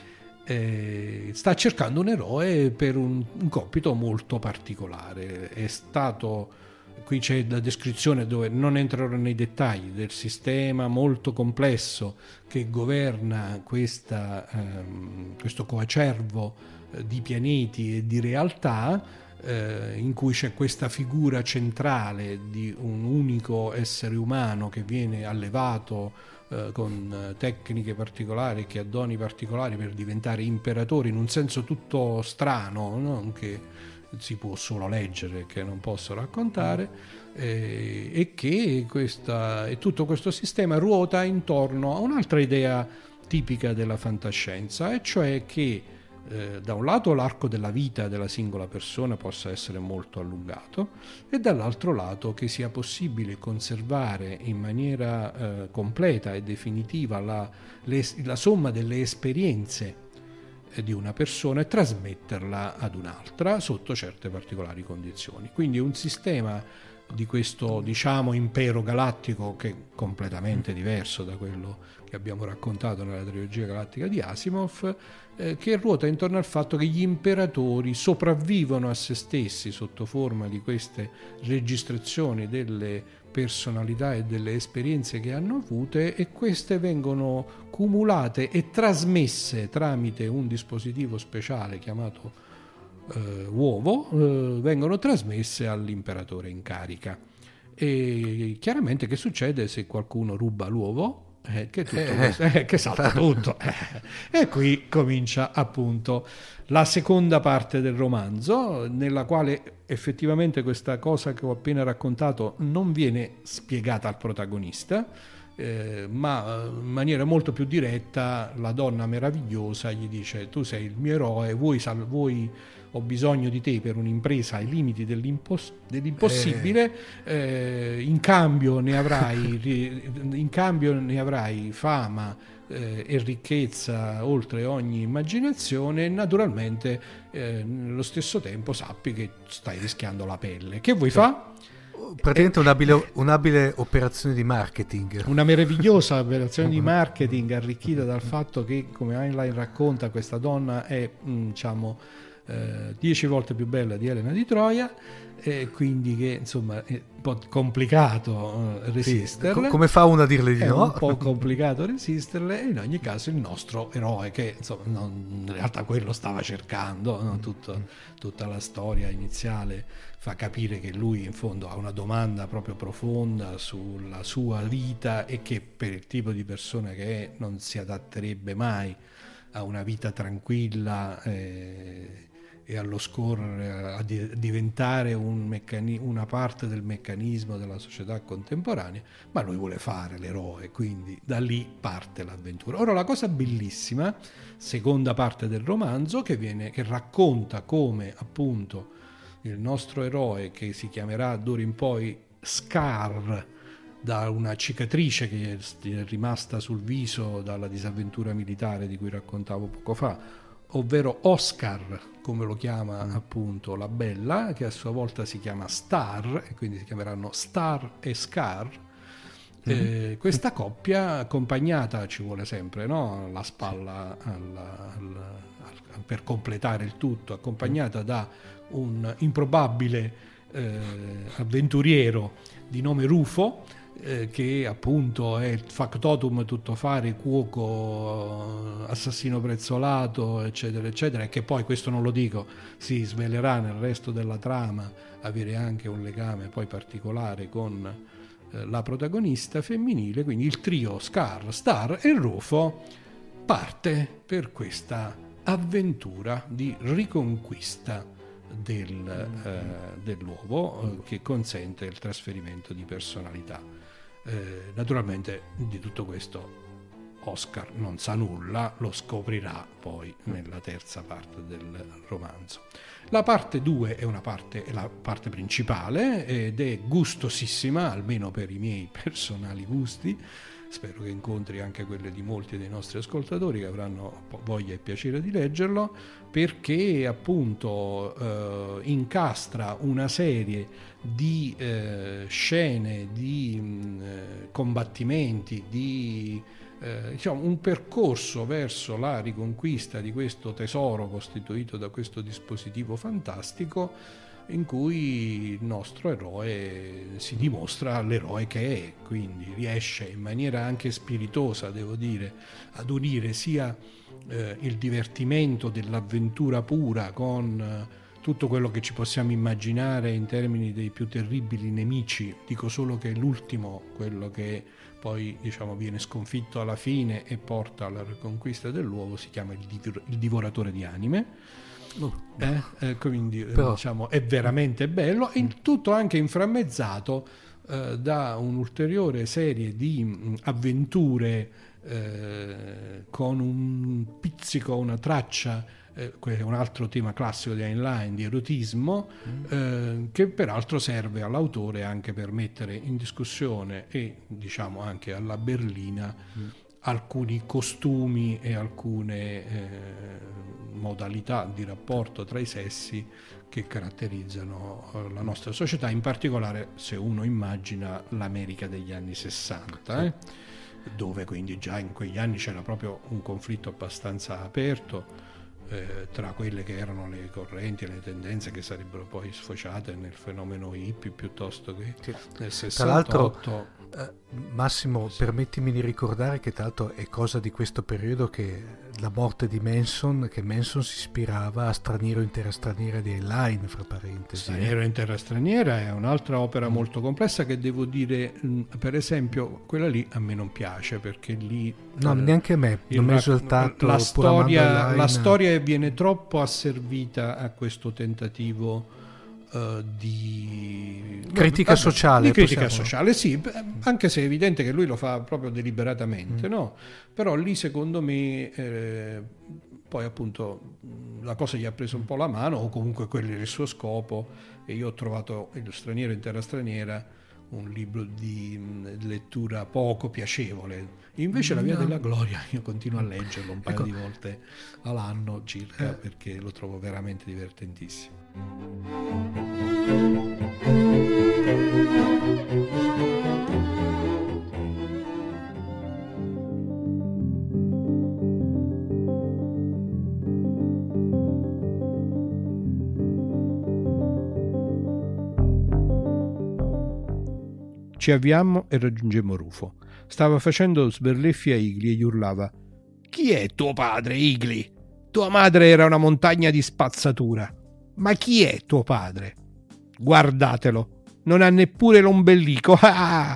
eh, sta cercando un eroe per un, un compito molto particolare. È stato, qui c'è la descrizione dove non entrerò nei dettagli del sistema molto complesso che governa questa, ehm, questo coacervo eh, di pianeti e di realtà, eh, in cui c'è questa figura centrale di un unico essere umano che viene allevato eh, con tecniche particolari, che ha doni particolari per diventare imperatore in un senso tutto strano, no? Che si può solo leggere, che non posso raccontare, eh, e che questa, e tutto questo sistema ruota intorno a un'altra idea tipica della fantascienza, e cioè che eh, da un lato l'arco della vita della singola persona possa essere molto allungato, e dall'altro lato che sia possibile conservare in maniera eh, completa e definitiva la, le, la somma delle esperienze di una persona e trasmetterla ad un'altra sotto certe particolari condizioni. Quindi un sistema di questo, diciamo, impero galattico, che è completamente diverso da quello che abbiamo raccontato nella trilogia galattica di Asimov, eh, che ruota intorno al fatto che gli imperatori sopravvivono a se stessi sotto forma di queste registrazioni delle personalità e delle esperienze che hanno avute, e queste vengono cumulate e trasmesse tramite un dispositivo speciale chiamato eh, uovo, eh, vengono trasmesse all'imperatore in carica. E chiaramente che succede se qualcuno ruba l'uovo? Eh, che, tutto eh, questo, eh, che salta tutto. Eh. E qui comincia appunto la seconda parte del romanzo, nella quale effettivamente questa cosa che ho appena raccontato non viene spiegata al protagonista, eh, ma in maniera molto più diretta la donna meravigliosa gli dice: tu sei il mio eroe, vuoi, sal- vuoi ho bisogno di te per un'impresa ai limiti dell'impos- dell'impossibile, eh. Eh, in cambio ne avrai in cambio ne avrai fama eh, e ricchezza oltre ogni immaginazione, e naturalmente eh, nello stesso tempo sappi che stai rischiando la pelle. Che vuoi cioè, fa? Praticamente un'abile, un'abile operazione di marketing. Una meravigliosa operazione di marketing arricchita dal fatto che, come Heinlein racconta, questa donna è mh, diciamo eh, dieci volte più bella di Elena di Troia, e quindi che insomma è un po' complicato eh, resisterle. Sì, come fa uno a dirle di è no? un po' complicato resisterle, e in ogni caso il nostro eroe, che insomma non, in realtà quello stava cercando, no? Tutto, tutta la storia iniziale fa capire che lui in fondo ha una domanda proprio profonda sulla sua vita, e che per il tipo di persona che è non si adatterebbe mai a una vita tranquilla eh, e allo scorrere, a di- diventare un meccani- una parte del meccanismo della società contemporanea, ma lui vuole fare l'eroe, quindi da lì parte l'avventura. Ora, la cosa bellissima, seconda parte del romanzo, che viene, che racconta come appunto il nostro eroe, che si chiamerà d'ora in poi Scar, da una cicatrice che è rimasta sul viso dalla disavventura militare di cui raccontavo poco fa, ovvero Oscar, come lo chiama appunto la bella, che a sua volta si chiama Star, e quindi si chiameranno Star e Scar. Mm-hmm. Eh, questa coppia accompagnata, ci vuole sempre, no? La spalla alla, alla, al, per completare il tutto, accompagnata da un improbabile eh, avventuriero di nome Rufo, eh, che appunto è il factotum tuttofare, cuoco, assassino prezzolato, eccetera eccetera, e che poi, questo non lo dico, si svelerà nel resto della trama avere anche un legame poi particolare con eh, la protagonista femminile. Quindi il trio Scar, Star e Rufo parte per questa avventura di riconquista del, eh, dell'uovo, eh, che consente il trasferimento di personalità. Eh, naturalmente di tutto questo Oscar non sa nulla, lo scoprirà poi nella terza parte del romanzo. La parte due è una parte, è la parte principale, ed è gustosissima, almeno per i miei personali gusti. Spero che incontri anche quelle di molti dei nostri ascoltatori che avranno voglia e piacere di leggerlo, perché appunto eh, incastra una serie di eh, scene, di mh, combattimenti, di eh, diciamo, un percorso verso la riconquista di questo tesoro costituito da questo dispositivo fantastico, in cui il nostro eroe si dimostra l'eroe che è, quindi riesce in maniera anche spiritosa, devo dire, ad unire sia eh, il divertimento dell'avventura pura con eh, tutto quello che ci possiamo immaginare in termini dei più terribili nemici. Dico solo che l'ultimo, quello che poi diciamo viene sconfitto alla fine e porta alla riconquista dell'uovo, si chiama il, div- il divoratore di anime. Oh, eh, eh, quindi Però... diciamo è veramente bello, e il tutto anche inframmezzato eh, da un'ulteriore serie di mh, avventure eh, con un pizzico, una traccia, eh, un altro tema classico di Heinlein, di erotismo, mm. eh, che peraltro serve all'autore anche per mettere in discussione e diciamo anche alla berlina mm. alcuni costumi e alcune eh, modalità di rapporto tra i sessi che caratterizzano la nostra società, in particolare se uno immagina l'America degli anni sessanta, eh, dove quindi già in quegli anni c'era proprio un conflitto abbastanza aperto eh, tra quelle che erano le correnti e le tendenze che sarebbero poi sfociate nel fenomeno hippie piuttosto che sì. nel sessantotto. Tra l'altro Uh, Massimo, sì. permettimi di ricordare che tra l'altro è cosa di questo periodo che la morte di Manson, che Manson si ispirava a Straniero in terra straniera di Heinlein, fra parentesi. Straniero in terra straniera è un'altra opera mm. molto complessa che devo dire, mh, per esempio, quella lì a me non piace, perché lì no, eh, neanche a me, non mi ha esaltato la storia, la storia viene troppo asservita a questo tentativo Uh, di critica vabbè, sociale, di critica sociale, sì, anche se è evidente che lui lo fa proprio deliberatamente, mm. no? Però lì secondo me eh, poi appunto la cosa gli ha preso un po' la mano, o comunque quello era il suo scopo, e io ho trovato Il straniero in terra straniera un libro di mh, lettura poco piacevole. Invece no. La via della gloria io continuo a leggerlo un paio ecco. di volte all'anno circa, eh. perché lo trovo veramente divertentissimo. Ci avviammo e raggiungemmo Rufo. Stava facendo sberleffi a Igli e gli urlava: «Chi è tuo padre, Igli? Tua madre era una montagna di spazzatura. Ma chi è tuo padre? Guardatelo, non ha neppure l'ombelico. Ah!»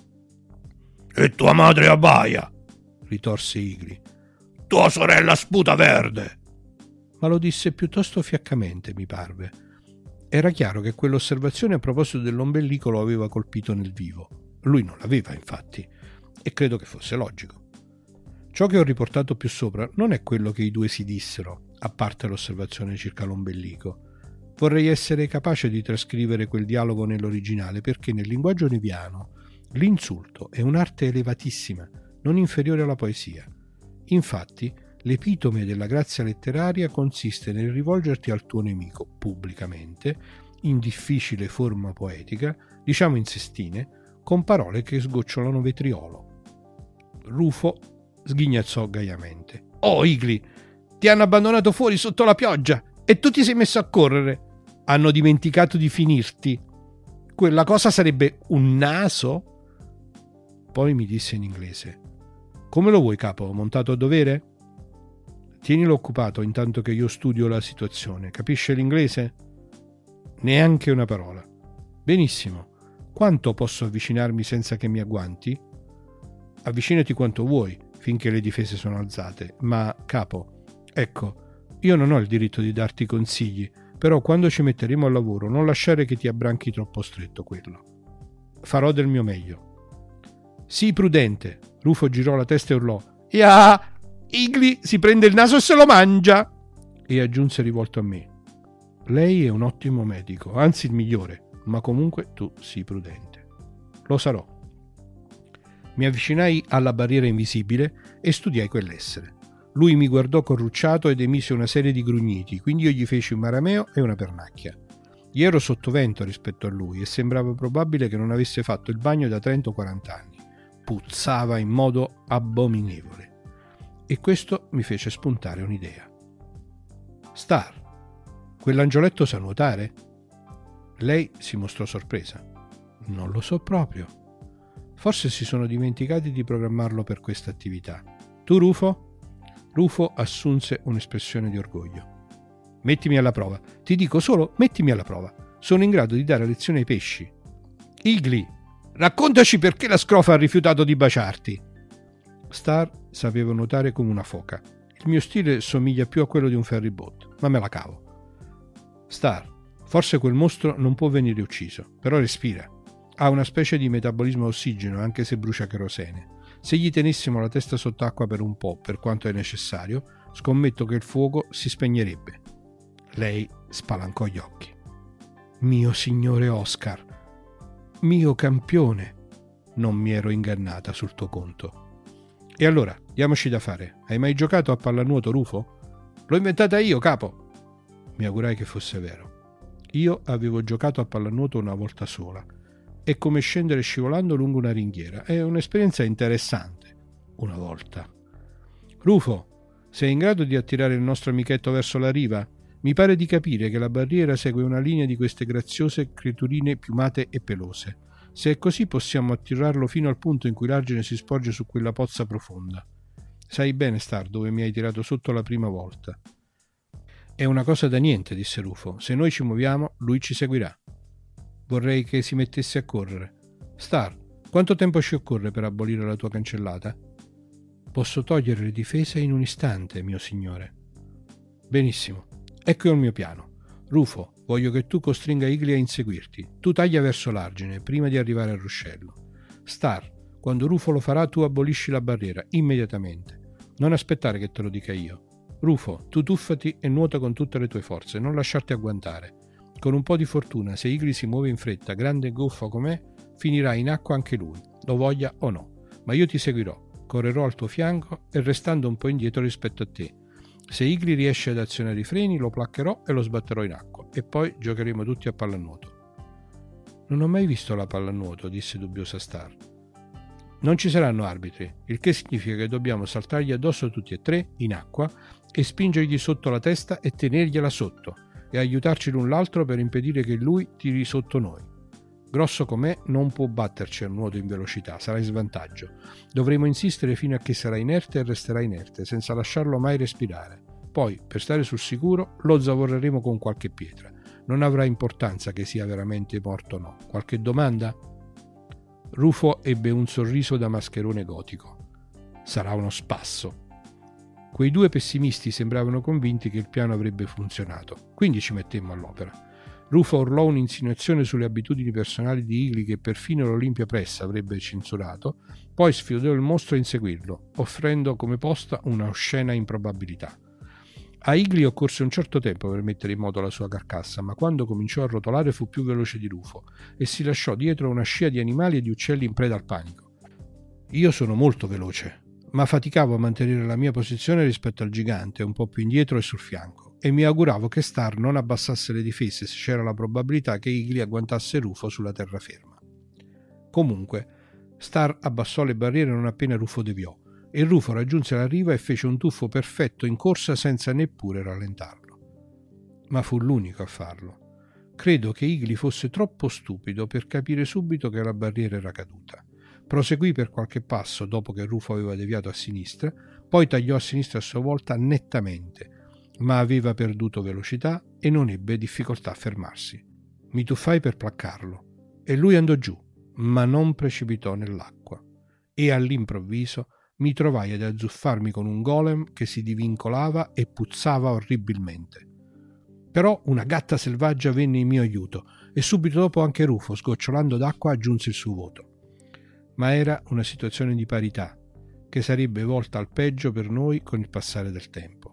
«E tua madre abbaia», ritorse Igli. «Tua sorella sputa verde». Ma lo disse piuttosto fiaccamente, mi parve. Era chiaro che quell'osservazione a proposito dell'ombelico lo aveva colpito nel vivo. Lui non l'aveva, infatti, e credo che fosse logico. Ciò che ho riportato più sopra non è quello che i due si dissero, a parte l'osservazione circa l'ombelico. Vorrei essere capace di trascrivere quel dialogo nell'originale, perché nel linguaggio neviano l'insulto è un'arte elevatissima, non inferiore alla poesia. Infatti, l'epitome della grazia letteraria consiste nel rivolgerti al tuo nemico pubblicamente, in difficile forma poetica, diciamo in sestine, con parole che sgocciolano vetriolo. Rufo sghignazzò gaiamente. «Oh, Igli, ti hanno abbandonato fuori sotto la pioggia e tu ti sei messo a correre. Hanno dimenticato di finirti. Quella cosa sarebbe un naso?» Poi mi disse in inglese: «Come lo vuoi, capo? Montato a dovere? Tienilo occupato intanto che io studio la situazione. Capisce l'inglese?» «Neanche una parola». «Benissimo. Quanto posso avvicinarmi senza che mi agguanti?» «Avvicinati quanto vuoi, finché le difese sono alzate. Ma, capo, ecco, io non ho il diritto di darti consigli, però quando ci metteremo al lavoro non lasciare che ti abbranchi troppo stretto quello. Farò del mio meglio». «Sii prudente». Rufo girò la testa e urlò: «Ya! Igli si prende il naso e se lo mangia!» E aggiunse rivolto a me: «Lei è un ottimo medico, anzi il migliore, ma comunque tu sii prudente». «Lo sarò». Mi avvicinai alla barriera invisibile e studiai quell'essere. Lui mi guardò corrucciato ed emise una serie di grugniti, quindi io gli feci un marameo e una pernacchia. Gli ero sottovento rispetto a lui e sembrava probabile che non avesse fatto il bagno da trenta o quaranta anni. puzzava in modo abominevole. E questo mi fece spuntare un'idea. Star, quell'angioletto sa nuotare? Lei si mostrò sorpresa. Non lo so proprio. Forse si sono dimenticati di programmarlo per questa attività. Tu, Rufo? Rufo assunse un'espressione di orgoglio. Mettimi alla prova. Ti dico solo, mettimi alla prova. Sono in grado di dare lezione ai pesci. Igli, raccontaci perché la scrofa ha rifiutato di baciarti. Star sapeva nuotare come una foca. Il mio stile somiglia più a quello di un ferryboat, ma me la cavo. Star, forse quel mostro non può venire ucciso, però respira. Ha una specie di metabolismo a ossigeno, anche se brucia kerosene. Se gli tenessimo la testa sott'acqua per un po', per quanto è necessario, scommetto che il fuoco si spegnerebbe. Lei spalancò gli occhi. Mio signore Oscar, mio campione, non mi ero ingannata sul tuo conto. E allora, diamoci da fare. Hai mai giocato a pallanuoto, Rufo? L'ho inventata io, capo. Mi augurai che fosse vero. Io avevo giocato a pallanuoto una volta sola. È come scendere scivolando lungo una ringhiera. È un'esperienza interessante. Una volta. Rufo, sei in grado di attirare il nostro amichetto verso la riva? Mi pare di capire che la barriera segue una linea di queste graziose creaturine piumate e pelose. Se è così possiamo attirarlo fino al punto in cui l'argine si sporge su quella pozza profonda. Sai bene, Star, dove mi hai tirato sotto la prima volta. È una cosa da niente, disse Rufo. Se noi ci muoviamo, lui ci seguirà. Vorrei che si mettesse a correre. Star, quanto tempo ci occorre per abolire la tua cancellata? Posso togliere le difese in un istante, mio signore. Benissimo. Ecco il mio piano. Rufo, voglio che tu costringa Igli a inseguirti. Tu taglia verso l'argine, prima di arrivare al ruscello. Star, quando Rufo lo farà, tu abolisci la barriera, immediatamente. Non aspettare che te lo dica io. Rufo, tu tuffati e nuota con tutte le tue forze, non lasciarti agguantare. Con un po' di fortuna, se Igli si muove in fretta, grande e goffo com'è, finirà in acqua anche lui, lo voglia o no. Ma io ti seguirò, correrò al tuo fianco e restando un po' indietro rispetto a te. Se Igli riesce ad azionare i freni, lo placcherò e lo sbatterò in acqua, e poi giocheremo tutti a pallanuoto. Non ho mai visto la pallanuoto, disse dubbiosa Star. Non ci saranno arbitri, il che significa che dobbiamo saltargli addosso tutti e tre, in acqua, e spingergli sotto la testa e tenergliela sotto, e aiutarci l'un l'altro per impedire che lui tiri sotto noi. Grosso com'è, non può batterci a nuoto in velocità, sarà in svantaggio. Dovremo insistere fino a che sarà inerte e resterà inerte, senza lasciarlo mai respirare. Poi, per stare sul sicuro, lo zavorreremo con qualche pietra. Non avrà importanza che sia veramente morto o no. Qualche domanda? Rufo ebbe un sorriso da mascherone gotico. Sarà uno spasso. Quei due pessimisti sembravano convinti che il piano avrebbe funzionato, quindi ci mettemmo all'opera. Rufo urlò un'insinuazione sulle abitudini personali di Igli che perfino l'Olympia Press avrebbe censurato, poi sfidò il mostro a inseguirlo, offrendo come posta una oscena improbabilità. A Igli occorse un certo tempo per mettere in moto la sua carcassa, ma quando cominciò a rotolare fu più veloce di Rufo e si lasciò dietro una scia di animali e di uccelli in preda al panico. Io sono molto veloce, ma faticavo a mantenere la mia posizione rispetto al gigante, un po' più indietro e sul fianco, e mi auguravo che Star non abbassasse le difese se c'era la probabilità che Igli agguantasse Rufo sulla terraferma. Comunque, Star abbassò le barriere non appena Rufo deviò, e Rufo raggiunse la riva e fece un tuffo perfetto in corsa senza neppure rallentarlo. Ma fu l'unico a farlo. Credo che Igli fosse troppo stupido per capire subito che la barriera era caduta. Proseguì per qualche passo dopo che Rufo aveva deviato a sinistra, poi tagliò a sinistra a sua volta nettamente, ma aveva perduto velocità e non ebbe difficoltà a fermarsi. Mi tuffai per placcarlo e lui andò giù, ma non precipitò nell'acqua. E all'improvviso mi trovai ad azzuffarmi con un golem che si divincolava e puzzava orribilmente. Però una gatta selvaggia venne in mio aiuto e subito dopo anche Rufo, sgocciolando d'acqua, aggiunse il suo voto. Ma era una situazione di parità, che sarebbe volta al peggio per noi con il passare del tempo.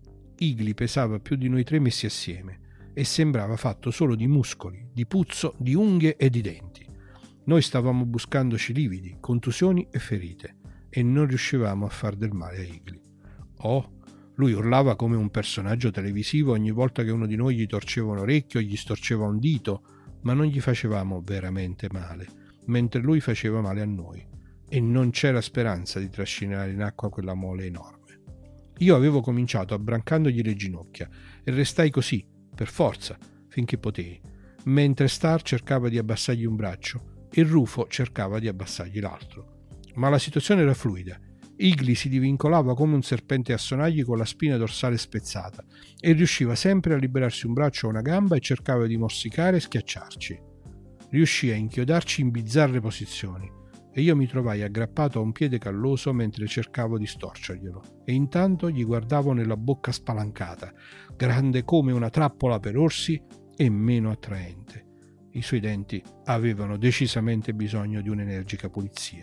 Igli pesava più di noi tre messi assieme e sembrava fatto solo di muscoli, di puzzo, di unghie e di denti. Noi stavamo buscandoci lividi, contusioni e ferite e non riuscivamo a far del male a Igli. Oh, lui urlava come un personaggio televisivo ogni volta che uno di noi gli torceva un orecchio o gli storceva un dito, ma non gli facevamo veramente male, mentre lui faceva male a noi. e non c'era speranza di trascinare in acqua quella mole enorme. Io avevo cominciato abbrancandogli le ginocchia e restai così, per forza, finché potei, mentre Star cercava di abbassargli un braccio e Rufo cercava di abbassargli l'altro. Ma la situazione era fluida. Igli si divincolava come un serpente a sonagli con la spina dorsale spezzata e riusciva sempre a liberarsi un braccio o una gamba e cercava di morsicare e schiacciarci. Riuscì a inchiodarci in bizzarre posizioni e io mi trovai aggrappato a un piede calloso mentre cercavo di storcerglielo e intanto gli guardavo nella bocca spalancata, grande come una trappola per orsi e meno attraente. I suoi denti avevano decisamente bisogno di un'energica pulizia.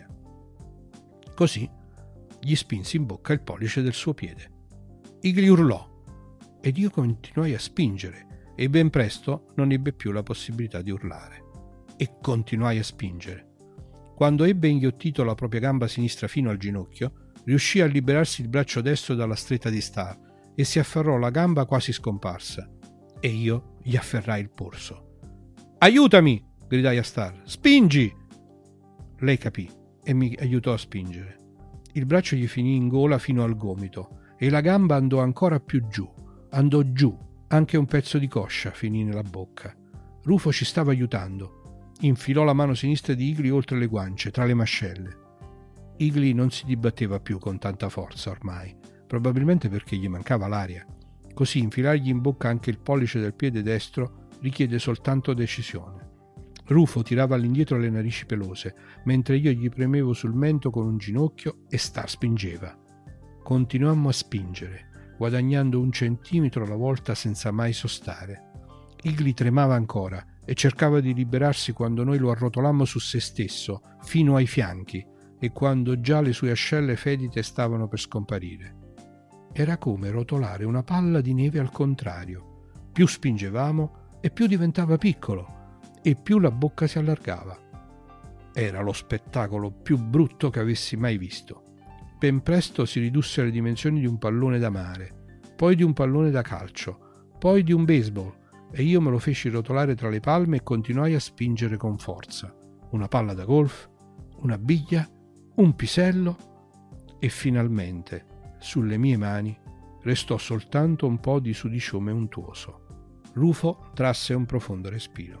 Così gli spinsi in bocca il pollice del suo piede. Igli urlò ed io continuai a spingere e ben presto non ebbe più la possibilità di urlare. E continuai a spingere. Quando ebbe inghiottito la propria gamba sinistra fino al ginocchio, riuscì a liberarsi il braccio destro dalla stretta di Star e si afferrò la gamba quasi scomparsa. E io gli afferrai il polso. «Aiutami!» gridai a Star. «Spingi!» Lei capì e mi aiutò a spingere. Il braccio gli finì in gola fino al gomito e la gamba andò ancora più giù. Andò giù, anche un pezzo di coscia finì nella bocca. Rufo ci stava aiutando. Infilò la mano sinistra di Igli oltre le guance, tra le mascelle. Igli non si dibatteva più con tanta forza ormai, probabilmente perché gli mancava l'aria. Così infilargli in bocca anche il pollice del piede destro richiede soltanto decisione. Rufo tirava all'indietro le narici pelose, mentre io gli premevo sul mento con un ginocchio e Star spingeva. Continuammo a spingere, guadagnando un centimetro alla volta senza mai sostare. Igli tremava ancora e cercava di liberarsi quando noi lo arrotolammo su se stesso, fino ai fianchi, e quando già le sue ascelle fetide stavano per scomparire. Era come rotolare una palla di neve al contrario. Più spingevamo e più diventava piccolo, e più la bocca si allargava. Era lo spettacolo più brutto che avessi mai visto. Ben presto si ridusse alle dimensioni di un pallone da mare, poi di un pallone da calcio, poi di un baseball, e io me lo feci rotolare tra le palme e continuai a spingere con forza. Una palla da golf, una biglia, un pisello, e finalmente, sulle mie mani, restò soltanto un po' di sudiciome untuoso. Rufo trasse un profondo respiro.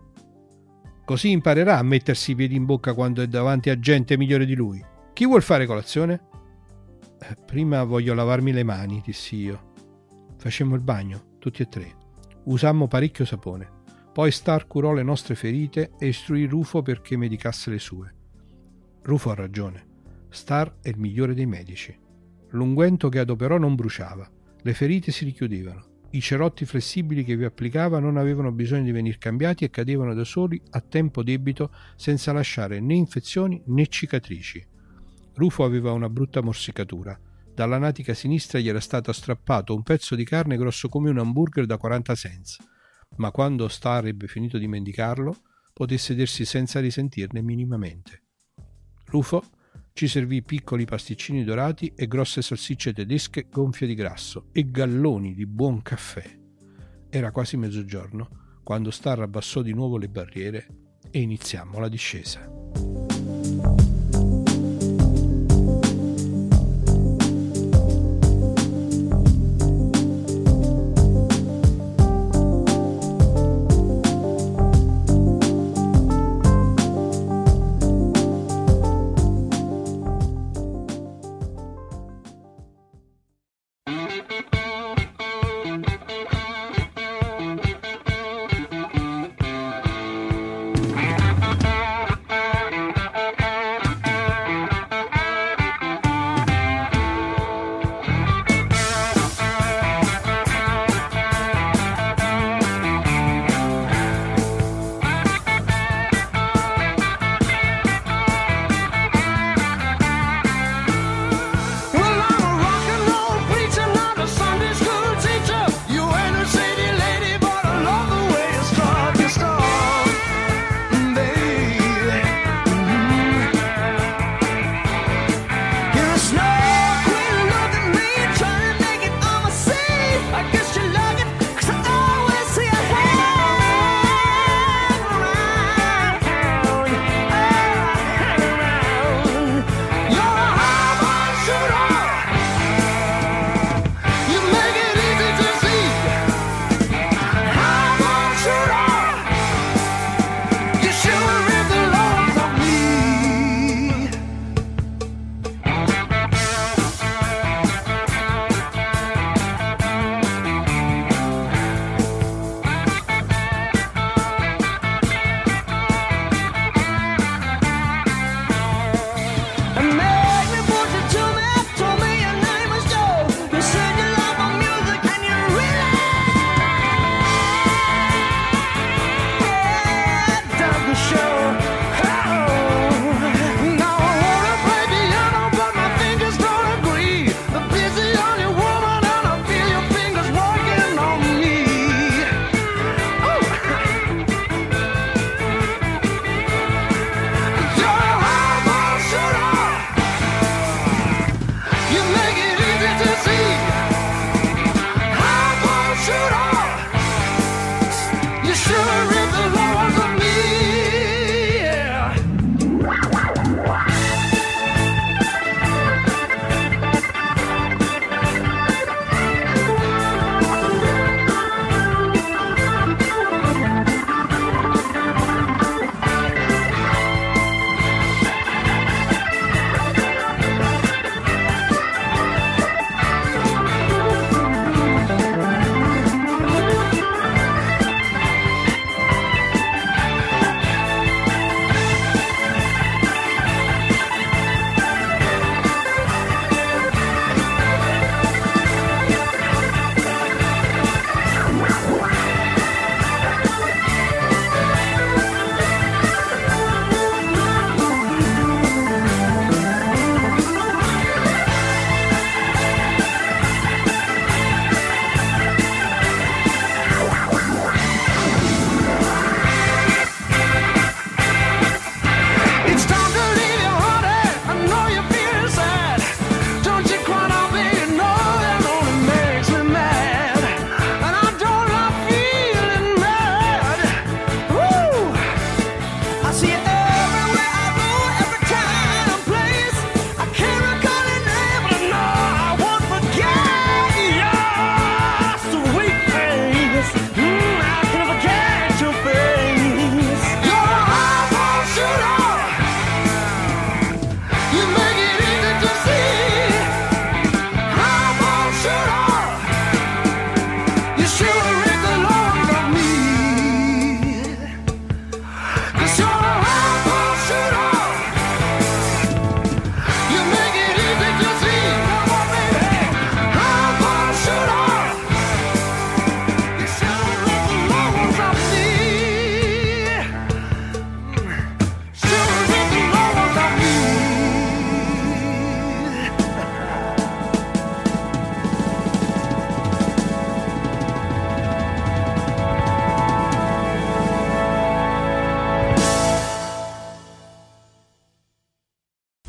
Così imparerà a mettersi i piedi in bocca quando è davanti a gente migliore di lui. Chi vuol fare colazione? Eh, prima voglio lavarmi le mani, dissi io. Facemmo il bagno, tutti e tre. Usammo parecchio sapone. Poi Star curò le nostre ferite e istruì Rufo perché medicasse le sue. Rufo ha ragione. Star è il migliore dei medici. L'unguento che adoperò non bruciava. Le ferite si richiudevano. I cerotti flessibili che vi applicava non avevano bisogno di venir cambiati e cadevano da soli a tempo debito senza lasciare né infezioni né cicatrici. Rufo aveva una brutta morsicatura. Dalla natica sinistra gli era stato strappato un pezzo di carne grosso come un hamburger da quaranta cents, ma quando Star ebbe finito di mendicarlo, poté sedersi senza risentirne minimamente. Rufo ci servì piccoli pasticcini dorati e grosse salsicce tedesche gonfie di grasso e galloni di buon caffè. Era quasi mezzogiorno quando Star abbassò di nuovo le barriere e iniziammo la discesa.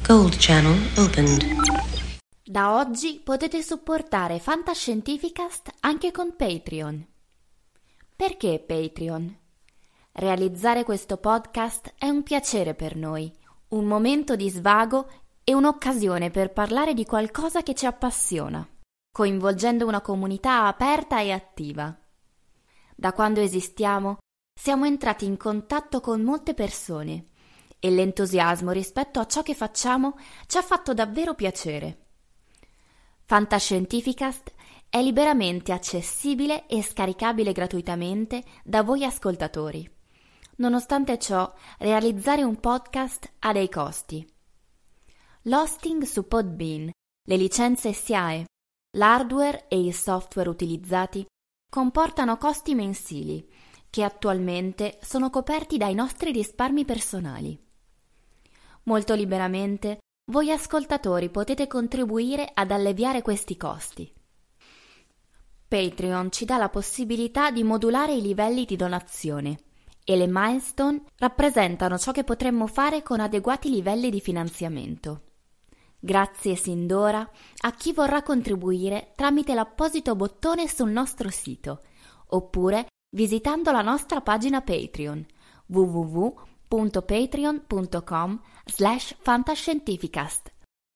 Gold Channel opened. Da oggi potete supportare Fantascientificast anche con Patreon. Perché Patreon? Realizzare questo podcast è un piacere per noi, un momento di svago e un'occasione per parlare di qualcosa che ci appassiona, coinvolgendo una comunità aperta e attiva. Da quando esistiamo, siamo entrati in contatto con molte persone e l'entusiasmo rispetto a ciò che facciamo ci ha fatto davvero piacere. Fantascientificast è liberamente accessibile e scaricabile gratuitamente da voi ascoltatori. Nonostante ciò, realizzare un podcast ha dei costi. L'hosting su Podbean, le licenze S I A E, l'hardware e il software utilizzati comportano costi mensili che attualmente sono coperti dai nostri risparmi personali. Molto liberamente voi ascoltatori potete contribuire ad alleviare questi costi. Patreon ci dà la possibilità di modulare i livelli di donazione e le milestone rappresentano ciò che potremmo fare con adeguati livelli di finanziamento. Grazie sin d'ora a chi vorrà contribuire tramite l'apposito bottone sul nostro sito, oppure visitando la nostra pagina Patreon w w w punto patreon punto com slash fantascientificast.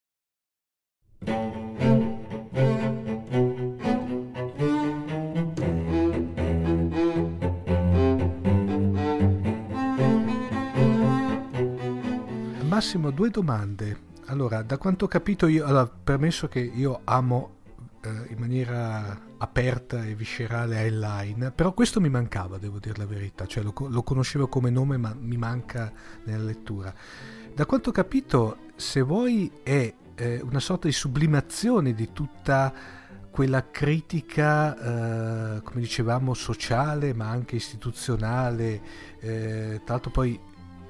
Massimo, due domande. Allora, da quanto ho capito io, allora, permesso che io amo eh, in maniera aperta e viscerale Heinlein, però questo mi mancava, devo dire la verità, cioè lo, lo conoscevo come nome ma mi manca nella lettura. Da quanto ho capito, Se vuoi è eh, una sorta di sublimazione di tutta quella critica, eh, come dicevamo, sociale ma anche istituzionale, eh, tra l'altro poi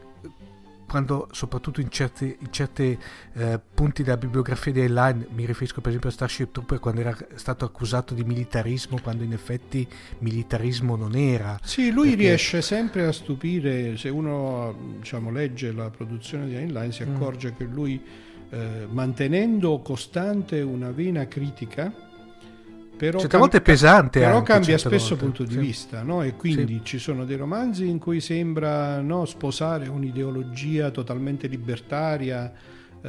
quando soprattutto in certi in certe, eh, punti della bibliografia di Heinlein, mi riferisco per esempio a Starship Trooper, quando era stato accusato di militarismo quando in effetti militarismo non era. Sì, lui perché... riesce sempre a stupire. Se uno, diciamo, legge la produzione di Heinlein si accorge mm. che lui, eh, mantenendo costante una vena critica, però certe volte è pesante, però anche, cambia spesso volte. punto di sì. vista, no? E quindi sì. ci sono dei romanzi in cui sembra, no, sposare un'ideologia totalmente libertaria, eh,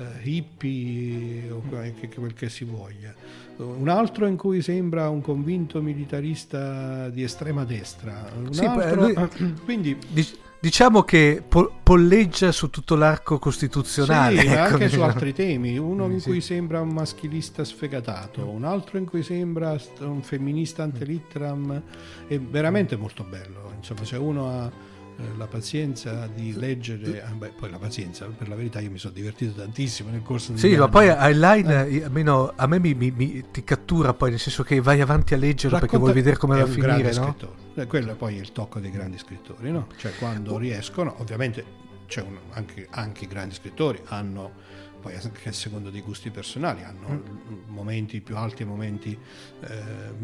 hippie o quel che, quel che si voglia, un altro in cui sembra un convinto militarista di estrema destra, un sì, altro lui, quindi diciamo che po- polleggia su tutto l'arco costituzionale, sì, ecco, anche diciamo. su altri temi, uno in sì. cui sembra un maschilista sfegatato, un altro in cui sembra un femminista ante litteram. È veramente molto bello, insomma, se uno ha eh, la pazienza di leggere, ah, beh, poi la pazienza, per la verità io mi sono divertito tantissimo nel corso sì, degli ma anni. poi Heinlein eh. almeno a me mi, mi, mi ti cattura, poi nel senso che vai avanti a leggerlo Racconta, perché vuoi vedere come va a un finire, grande no? scrittore. Eh, quello poi è il tocco dei grandi scrittori, no? Cioè quando riescono, ovviamente c'è un, anche, anche i grandi scrittori hanno, poi anche a seconda dei gusti personali, hanno mm. momenti più alti e momenti eh,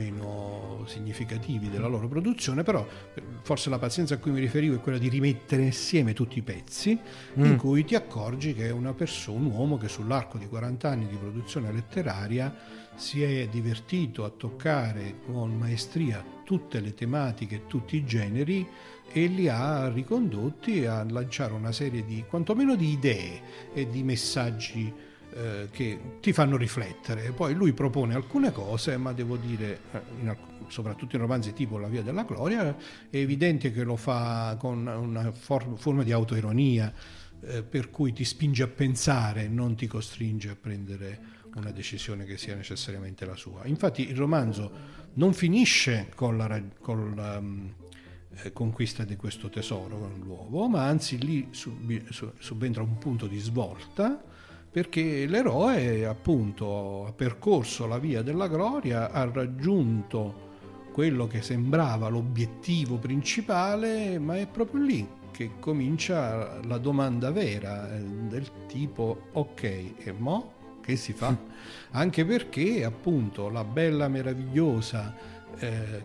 meno significativi della loro produzione, però forse la pazienza a cui mi riferivo è quella di rimettere insieme tutti i pezzi, mm. in cui ti accorgi che è una persona, un uomo che sull'arco di quaranta anni di produzione letteraria si è divertito a toccare con maestria tutte le tematiche, tutti i generi, e li ha ricondotti a lanciare una serie di, quantomeno di idee e di messaggi eh, che ti fanno riflettere. Poi lui propone alcune cose, ma devo dire, in, soprattutto in romanzi tipo La Via della Gloria, è evidente che lo fa con una for- forma di autoironia, eh, per cui ti spinge a pensare, non ti costringe a prendere una decisione che sia necessariamente la sua. Infatti il romanzo non finisce con la, con la um, eh, conquista di questo tesoro, con l'uovo, ma anzi lì subi, su, subentra un punto di svolta, perché l'eroe appunto ha percorso la via della gloria, ha raggiunto quello che sembrava l'obiettivo principale, ma è proprio lì che comincia la domanda vera, eh, del tipo ok, e mo'? Che si fa? Anche perché appunto la bella meravigliosa, eh,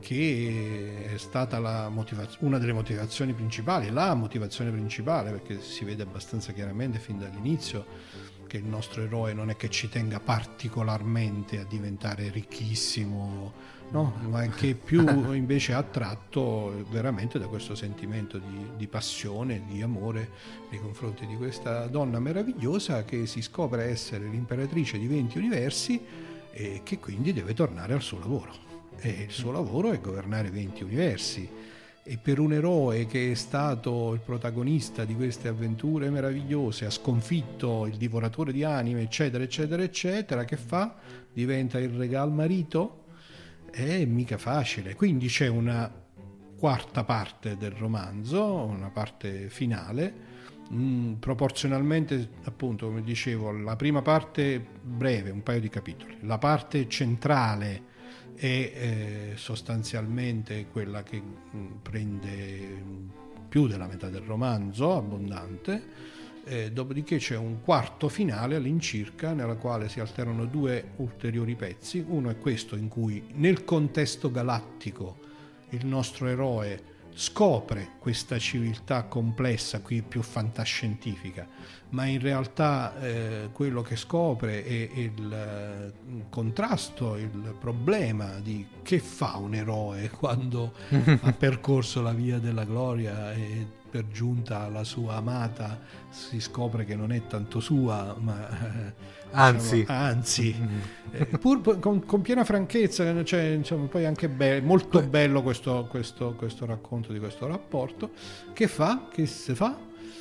che è stata la motivaz- una delle motivazioni principali, la motivazione principale, perché si vede abbastanza chiaramente fin dall'inizio perché il nostro eroe non è che ci tenga particolarmente a diventare ricchissimo, no? Ma che più invece è attratto veramente da questo sentimento di, di passione, di amore nei confronti di questa donna meravigliosa che si scopre essere l'imperatrice di venti universi e che quindi deve tornare al suo lavoro. E il suo lavoro è governare venti universi. E per un eroe che è stato il protagonista di queste avventure meravigliose, ha sconfitto il divoratore di anime, eccetera, eccetera, eccetera, che fa? Diventa il regal marito? È mica facile. Quindi c'è una quarta parte del romanzo, una parte finale, mh, proporzionalmente, appunto, come dicevo, la prima parte breve, un paio di capitoli, la parte centrale è eh, sostanzialmente quella che mh, prende più della metà del romanzo, abbondante, eh, dopodiché c'è un quarto finale all'incirca nella quale si alternano due ulteriori pezzi. Uno è questo in cui nel contesto galattico il nostro eroe scopre questa civiltà complessa, qui più fantascientifica, ma in realtà eh, quello che scopre è il eh, contrasto, il problema di che fa un eroe quando ha percorso la via della gloria e per giunta la sua amata si scopre che non è tanto sua, ma eh, anzi, diciamo, anzi eh, pur con, con piena franchezza, cioè, insomma, poi anche be- molto bello questo, questo, questo racconto di questo rapporto. Che fa? Che si fa?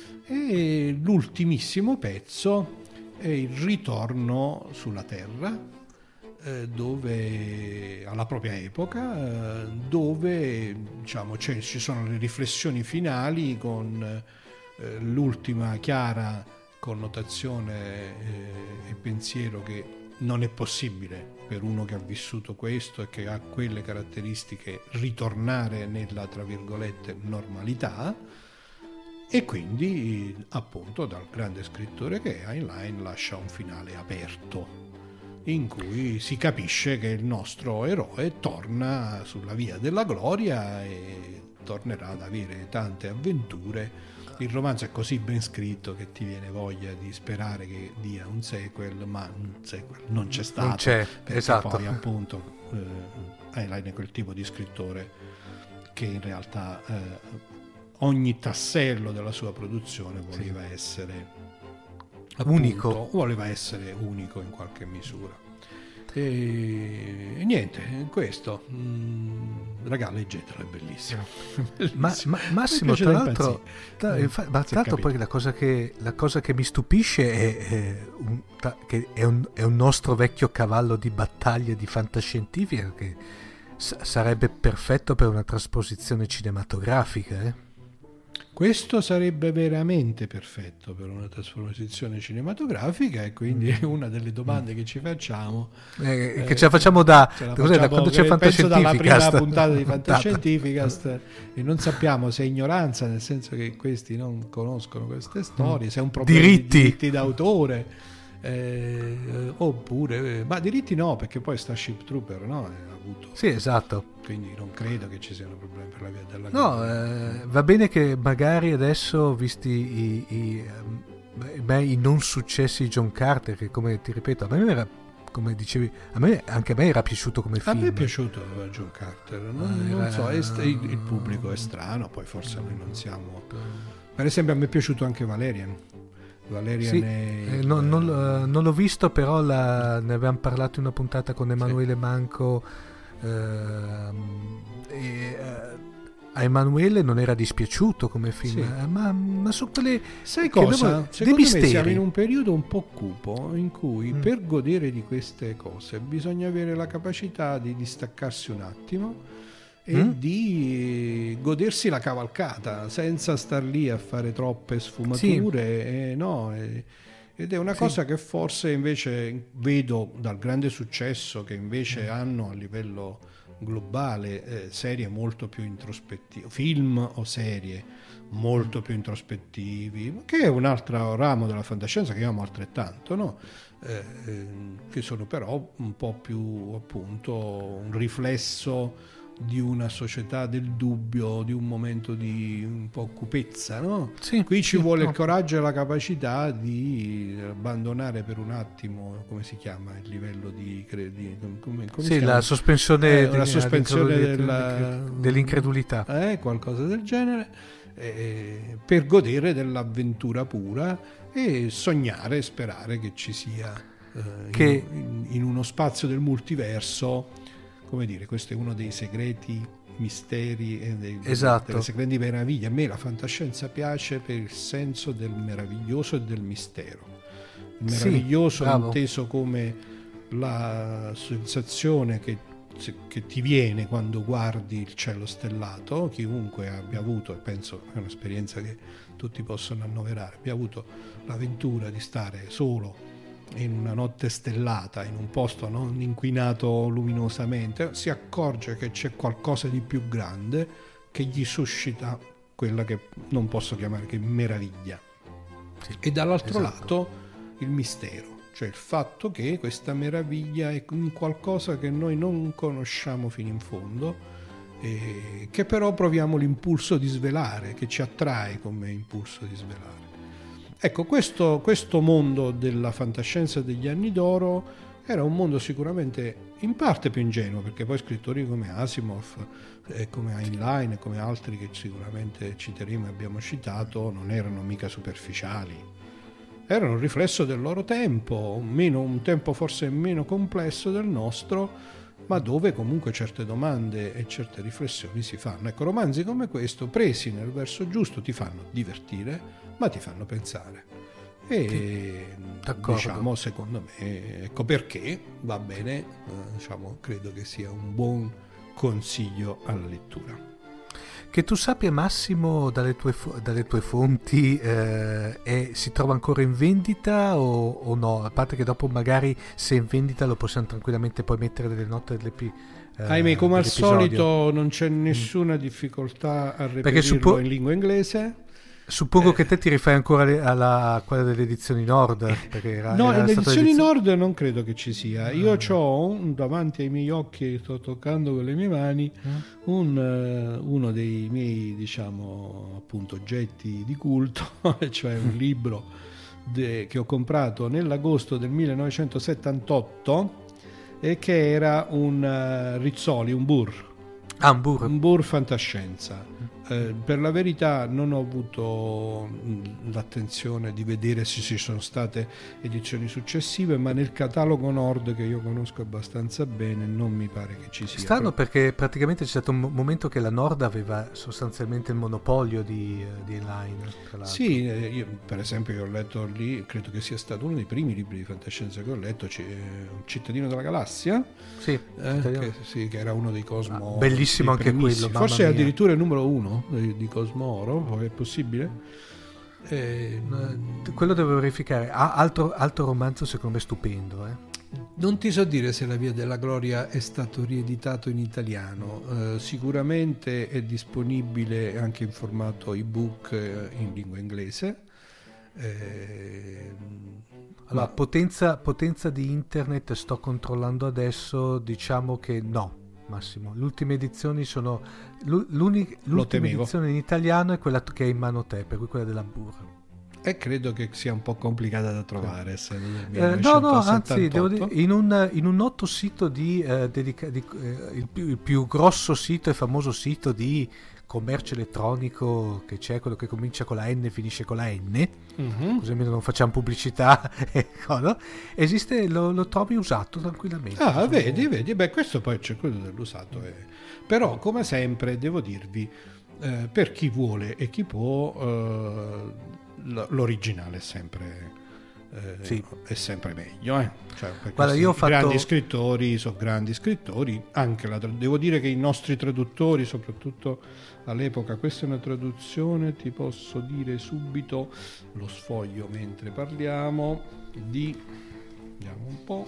E l'ultimissimo pezzo è il ritorno sulla Terra, eh, dove alla propria epoca, eh, dove diciamo c'è, ci sono le riflessioni finali con eh, l'ultima chiara connotazione eh, e pensiero che non è possibile per uno che ha vissuto questo e che ha quelle caratteristiche ritornare nella, tra virgolette, normalità. E quindi, appunto, dal grande scrittore che è Heinlein, lascia un finale aperto in cui si capisce che il nostro eroe torna sulla via della gloria e tornerà ad avere tante avventure. Il romanzo è così ben scritto che ti viene voglia di sperare che dia un sequel, ma un sequel non c'è stato. Non c'è, perché esatto. Poi, appunto, eh, Heinlein è quel tipo di scrittore che in realtà eh, ogni tassello della sua produzione voleva sì. essere appunto, unico, voleva essere unico in qualche misura. E, e niente, questo mm, raga, leggetelo, è bellissimo, bellissimo. Ma, ma Massimo, tra l'altro, tra, infa- ma tra l'altro poi la cosa che la cosa che mi stupisce è, è, un, che è, un, è un nostro vecchio cavallo di battaglia di fantascientifica che s- sarebbe perfetto per una trasposizione cinematografica, eh? Questo sarebbe veramente perfetto per una trasposizione cinematografica, e quindi è una delle domande che ci facciamo, eh, eh, che ce la facciamo da, la cos'è, da quando c'è penso dalla prima Fantascientificast puntata di Fantascientificast, e non sappiamo se è ignoranza, nel senso che questi non conoscono queste storie, se è un problema diritti. di diritti d'autore, eh, oppure ma diritti no, perché poi Starship Trooper, no, ha avuto, sì, esatto, quindi non credo che ci siano problemi per la via della no, eh, va bene che magari adesso, visti i, i, beh, i non successi di John Carter, che, come ti ripeto, a me era, come dicevi, a me, anche a me era piaciuto come film. A me è piaciuto John Carter, non, non so, è, il, il pubblico è strano, poi forse noi non siamo, per esempio a me è piaciuto anche Valerian. Valerian sì, è eh, non, non, uh, non l'ho visto, però la, ne avevamo parlato in una puntata con Emanuele sì. Manco, uh, e uh, a Emanuele non era dispiaciuto come film, sì. ma, ma su quelle, sai cosa? Devo, secondo me siamo in un periodo un po' cupo in cui mm. per godere di queste cose bisogna avere la capacità di distaccarsi un attimo e mm? di godersi la cavalcata senza star lì a fare troppe sfumature, sì. e no, e, ed è una sì. cosa che forse invece vedo dal grande successo che invece mm. hanno a livello globale eh, serie molto più introspettive, film o serie molto più introspettivi, che è un altro ramo della fantascienza che io amo altrettanto, no? eh, eh, che sono però un po' più appunto un riflesso di una società del dubbio, di un momento di un po' cupezza, no? Sì, qui ci sì, vuole no. il coraggio e la capacità di abbandonare per un attimo, come si chiama il livello di, di come, come sì, la sospensione, eh, di, la sospensione della, dell'incredulità, eh, qualcosa del genere, eh, per godere dell'avventura pura e sognare e sperare che ci sia eh, che in, in, in uno spazio del multiverso. Come dire, questo è uno dei segreti misteri e dei, esatto. delle segreti meraviglie. A me la fantascienza piace per il senso del meraviglioso e del mistero. Il meraviglioso sì, inteso come la sensazione che, che ti viene quando guardi il cielo stellato. Chiunque abbia avuto, e penso è un'esperienza che tutti possono annoverare, abbia avuto l'avventura di stare solo in una notte stellata, in un posto non inquinato luminosamente, si accorge che c'è qualcosa di più grande che gli suscita quella che non posso chiamare che meraviglia. Sì, e dall'altro esatto. lato il mistero, cioè il fatto che questa meraviglia è qualcosa che noi non conosciamo fino in fondo, e che però proviamo l'impulso di svelare, che ci attrae come impulso di svelare. Ecco, questo, questo mondo della fantascienza degli anni d'oro era un mondo sicuramente in parte più ingenuo, perché poi scrittori come Asimov, eh, come Heinlein e come altri che sicuramente citeremo e abbiamo citato non erano mica superficiali, erano un riflesso del loro tempo, meno, un tempo forse meno complesso del nostro, ma dove comunque certe domande e certe riflessioni si fanno. Ecco, romanzi come questo, presi nel verso giusto, ti fanno divertire, ma ti fanno pensare. E d'accordo. Diciamo, secondo me, ecco perché va bene, eh, diciamo, credo che sia un buon consiglio alla lettura. Che tu sappia, Massimo, dalle tue, dalle tue fonti, eh, è, si trova ancora in vendita o, o no? A parte che dopo magari se è in vendita lo possiamo tranquillamente poi mettere nelle note dell'epi, eh, ahimè, come al dell'episodio. solito non c'è nessuna mm. difficoltà a reperirlo suppo- in lingua inglese. Suppongo eh. che te ti rifai ancora alla, a quella delle edizioni Nord, perché era, no, era le edizioni edizio... Nord non credo che ci sia. Io ah. ho davanti ai miei occhi, sto toccando con le mie mani, mm. un, uh, uno dei miei, diciamo, appunto, oggetti di culto, cioè un libro de, che ho comprato nell'agosto del millenovecentosettantotto e che era un uh, Rizzoli, un Burr. Ah, un Burr. Un Burr fantascienza. Eh, per la verità non ho avuto mh, l'attenzione di vedere se ci sono state edizioni successive, ma nel catalogo Nord, che io conosco abbastanza bene, non mi pare che ci sia. Strano, Però... perché praticamente c'è stato un momento che la Nord aveva sostanzialmente il monopolio di, di Heinlein. Sì, eh, io per esempio io ho letto lì, credo che sia stato uno dei primi libri di fantascienza che ho letto, c- Un cittadino della galassia, sì, eh, che, sì, che era uno dei Cosmo. Ah, bellissimo anche quello, forse è addirittura il numero uno di, di Cosmo Oro, è possibile? Eh, quello devo verificare. Ah, altro, altro romanzo secondo me stupendo, eh. Non ti so dire se La Via della Gloria è stato rieditato in italiano, eh, sicuramente è disponibile anche in formato ebook eh, in lingua inglese. Eh, allora, ma... potenza, potenza di internet sto controllando adesso, diciamo che no, Massimo. Le ultime edizioni sono l'unica, l'ultima edizione in italiano è quella che è in mano te, per cui quella della Burr. E credo che sia un po' complicata da trovare. Se eh, no, no, anzi, devo dire, in, un, in un noto sito di, eh, dedica, di eh, il, più, il più grosso sito e famoso sito di commercio elettronico che c'è, quello che comincia con la N e finisce con la N, mm-hmm. così almeno non facciamo pubblicità. No? Esiste, lo, lo trovi usato tranquillamente. Ah, sono... vedi, vedi, beh, questo poi c'è quello dell'usato. Eh. Però, come sempre, devo dirvi, eh, per chi vuole e chi può, eh, l'originale è sempre, eh, sì. è sempre meglio, eh? Cioè, Guarda, io ho fatto... grandi scrittori sono grandi scrittori, anche la, devo dire che i nostri traduttori, soprattutto all'epoca, questa è una traduzione, ti posso dire subito, lo sfoglio mentre parliamo, di vediamo un po'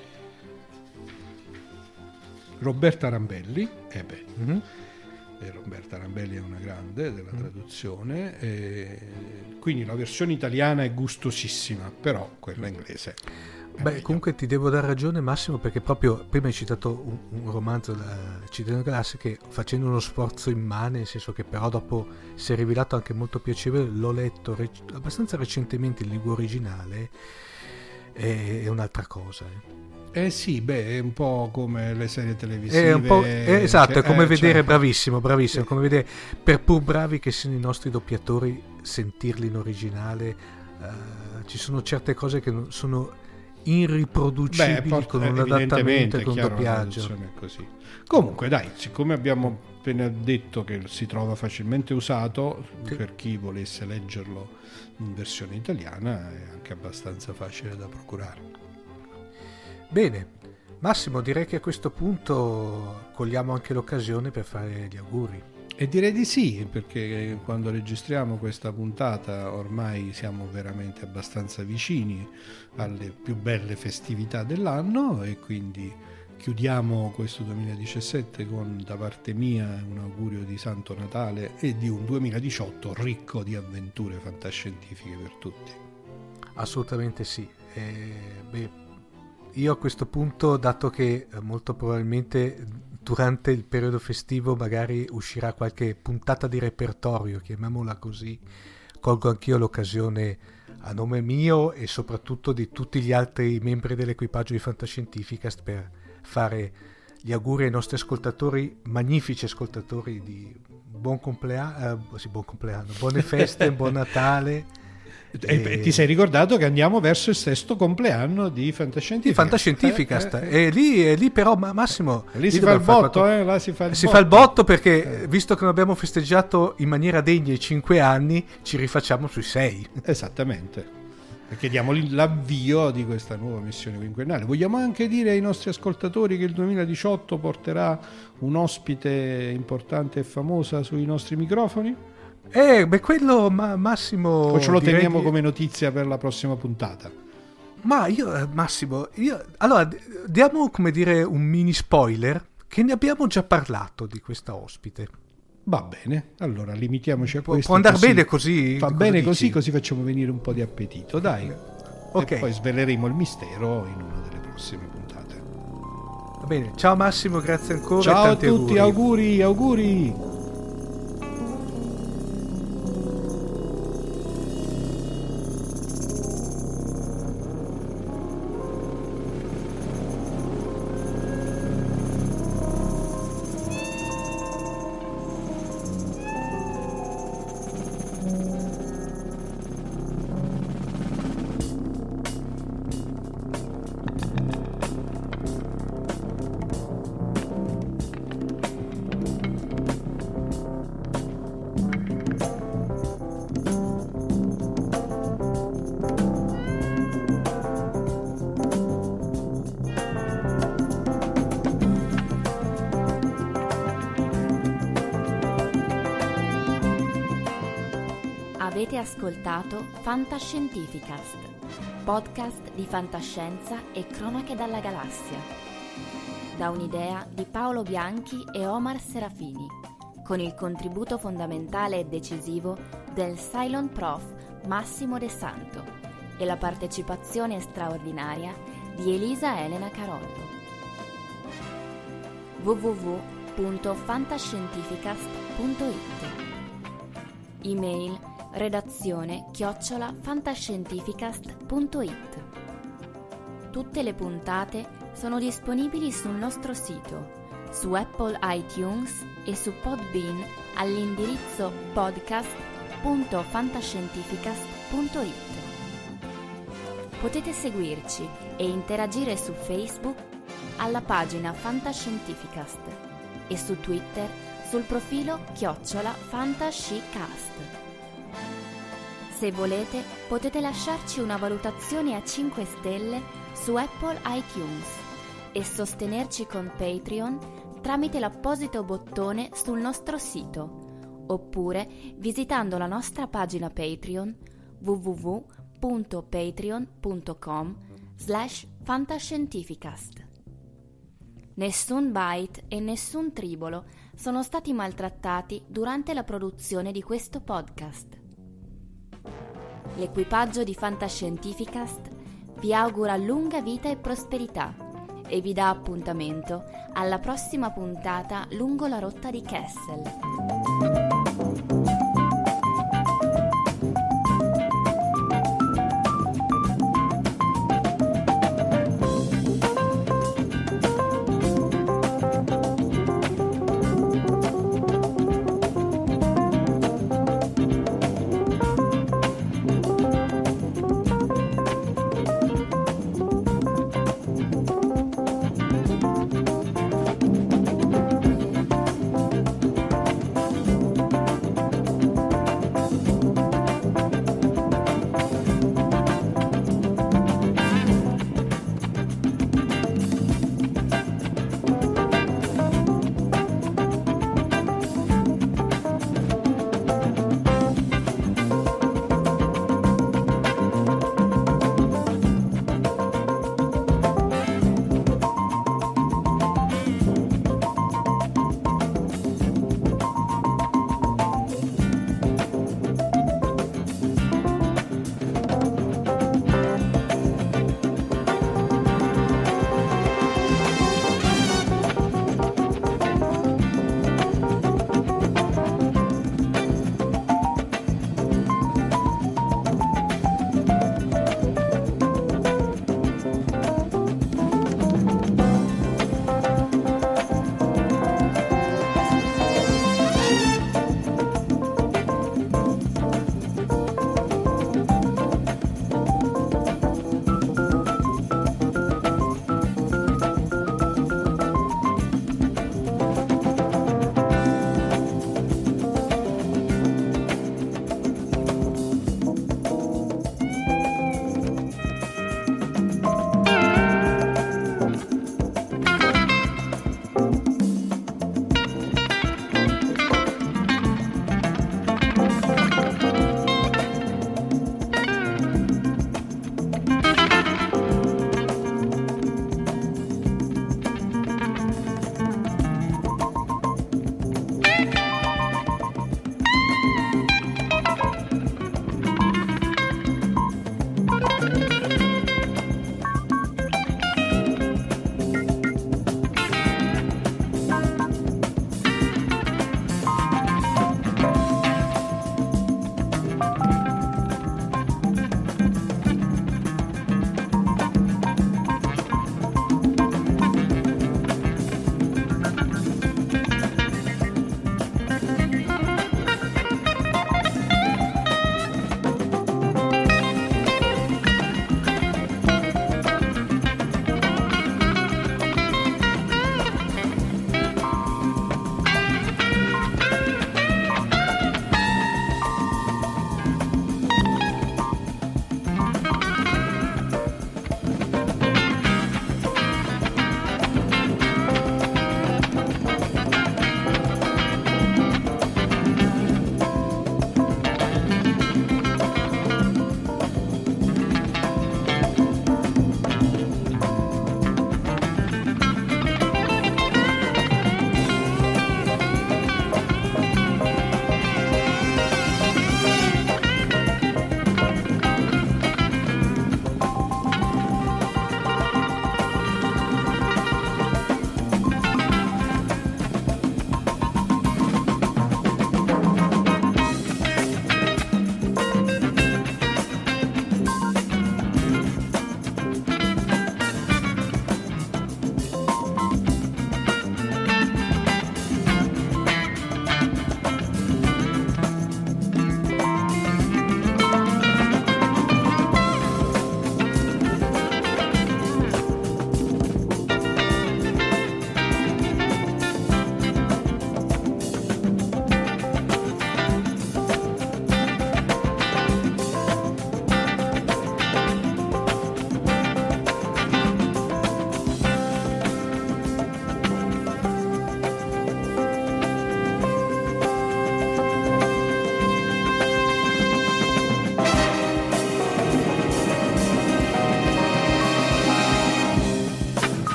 Roberta Rambelli, eh beh, mm-hmm. E Roberta Rambelli è una grande della traduzione, e quindi la versione italiana è gustosissima, però quella inglese. Beh, comunque ti devo dare ragione Massimo, perché proprio prima hai citato un, un romanzo da Cittadino Galassia che, facendo uno sforzo immane, nel senso che però dopo si è rivelato anche molto piacevole, l'ho letto rec- abbastanza recentemente in lingua originale, è, è un'altra cosa. Eh. Eh sì, beh, è un po' come le serie televisive. È un po', è, esatto, che, è come eh, vedere, cioè... bravissimo, bravissimo, sì. come vedere, per pur bravi che siano i nostri doppiatori, sentirli in originale, uh, ci sono certe cose che non sono irriproducibili. Beh, porta, con un adattamento e con un doppiaggio. Così. Comunque dai, siccome abbiamo appena detto che si trova facilmente usato, sì. Per chi volesse leggerlo in versione italiana è anche abbastanza facile da procurare. Bene, Massimo, direi che a questo punto cogliamo anche l'occasione per fare gli auguri. E direi di sì, perché quando registriamo questa puntata ormai siamo veramente abbastanza vicini alle più belle festività dell'anno, e quindi chiudiamo questo duemiladiciassette con, da parte mia, un augurio di Santo Natale e di un duemiladiciotto ricco di avventure fantascientifiche per tutti. Assolutamente sì. Eh, beh, io a questo punto, dato che molto probabilmente durante il periodo festivo magari uscirà qualche puntata di repertorio, chiamiamola così, colgo anch'io l'occasione a nome mio e soprattutto di tutti gli altri membri dell'equipaggio di Fantascientificast per fare gli auguri ai nostri ascoltatori, magnifici ascoltatori, di buon compleanno, eh, sì, buon compleanno, buone feste, buon Natale. E, e ti sei ricordato che andiamo verso il sesto compleanno di Fantascientificast. Di Fantascientificast. Eh, eh, e lì, e lì però Massimo, lì, lì si fa il botto, quattro... eh, là si fa il si botto. fa il botto perché eh. visto che non abbiamo festeggiato in maniera degna i cinque anni, ci rifacciamo sui sei. Esattamente, perché diamo l'avvio di questa nuova missione quinquennale. Vogliamo anche dire ai nostri ascoltatori che il duemiladiciotto porterà un ospite importante e famosa sui nostri microfoni? Eh, beh, quello ma, Massimo. O ce lo teniamo di... come notizia per la prossima puntata? Ma io, Massimo, io allora diamo, come dire, un mini spoiler che ne abbiamo già parlato di questa ospite. Va bene, allora limitiamoci a Pu- questo. Può andare così, bene così? Va bene così, così facciamo venire un po' di appetito, dai. Ok. E poi sveleremo il mistero in una delle prossime puntate. Va bene, ciao Massimo, grazie ancora. Ciao e a tanti tutti, auguri, auguri. auguri. Avete ascoltato Fantascientificast, podcast di fantascienza e cronache dalla galassia, da un'idea di Paolo Bianchi e Omar Serafini, con il contributo fondamentale e decisivo del Cylon Prof Massimo De Santo e la partecipazione straordinaria di Elisa Elena Carollo. w w w punto fantascientificast punto i t. Email redazione chiocciola fantascientificast punto i t. Tutte le puntate sono disponibili sul nostro sito, su Apple iTunes e su Podbean all'indirizzo podcast punto fantascientificast punto i t. Potete seguirci e interagire su Facebook alla pagina Fantascientificast e su Twitter sul profilo chiocciola fantascicast. Se volete, potete lasciarci una valutazione a cinque stelle su Apple iTunes e sostenerci con Patreon tramite l'apposito bottone sul nostro sito, oppure visitando la nostra pagina Patreon w w w punto patreon punto com slash fantascientificast. Nessun byte e nessun tribolo sono stati maltrattati durante la produzione di questo podcast. L'equipaggio di Fantascientificast vi augura lunga vita e prosperità e vi dà appuntamento alla prossima puntata lungo la rotta di Kessel.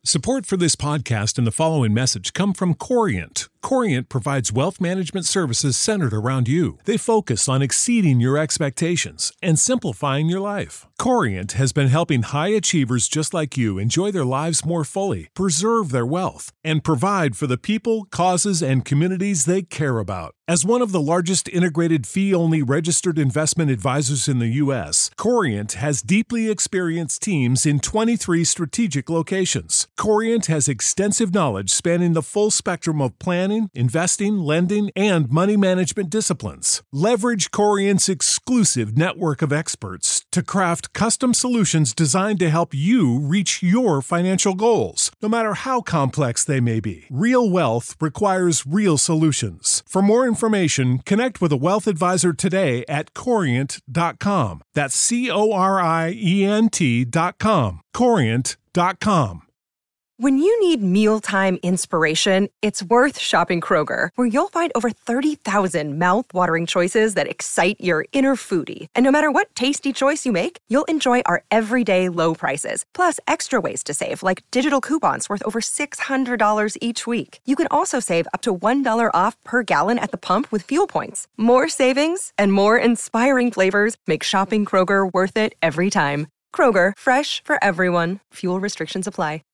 Support for this podcast and the following message come from Corient. Corient provides wealth management services centered around you. They focus on exceeding your expectations and simplifying your life. Corient has been helping high achievers just like you enjoy their lives more fully, preserve their wealth, and provide for the people, causes, and communities they care about. As one of the largest integrated fee-only registered investment advisors in the U S, Corient has deeply experienced teams in twenty-three strategic locations. Corient has extensive knowledge spanning the full spectrum of planning, investing, lending, and money management disciplines. Leverage Corient's exclusive network of experts to craft custom solutions designed to help you reach your financial goals, no matter how complex they may be. Real wealth requires real solutions. For more information, connect with a wealth advisor today at corient dot com. That's C O R I E N T dot com. corient dot com. When you need mealtime inspiration, it's worth shopping Kroger, where you'll find over thirty thousand mouth-watering choices that excite your inner foodie. And no matter what tasty choice you make, you'll enjoy our everyday low prices, plus extra ways to save, like digital coupons worth over six hundred dollars each week. You can also save up to one dollar off per gallon at the pump with fuel points. More savings and more inspiring flavors make shopping Kroger worth it every time. Kroger, fresh for everyone. Fuel restrictions apply.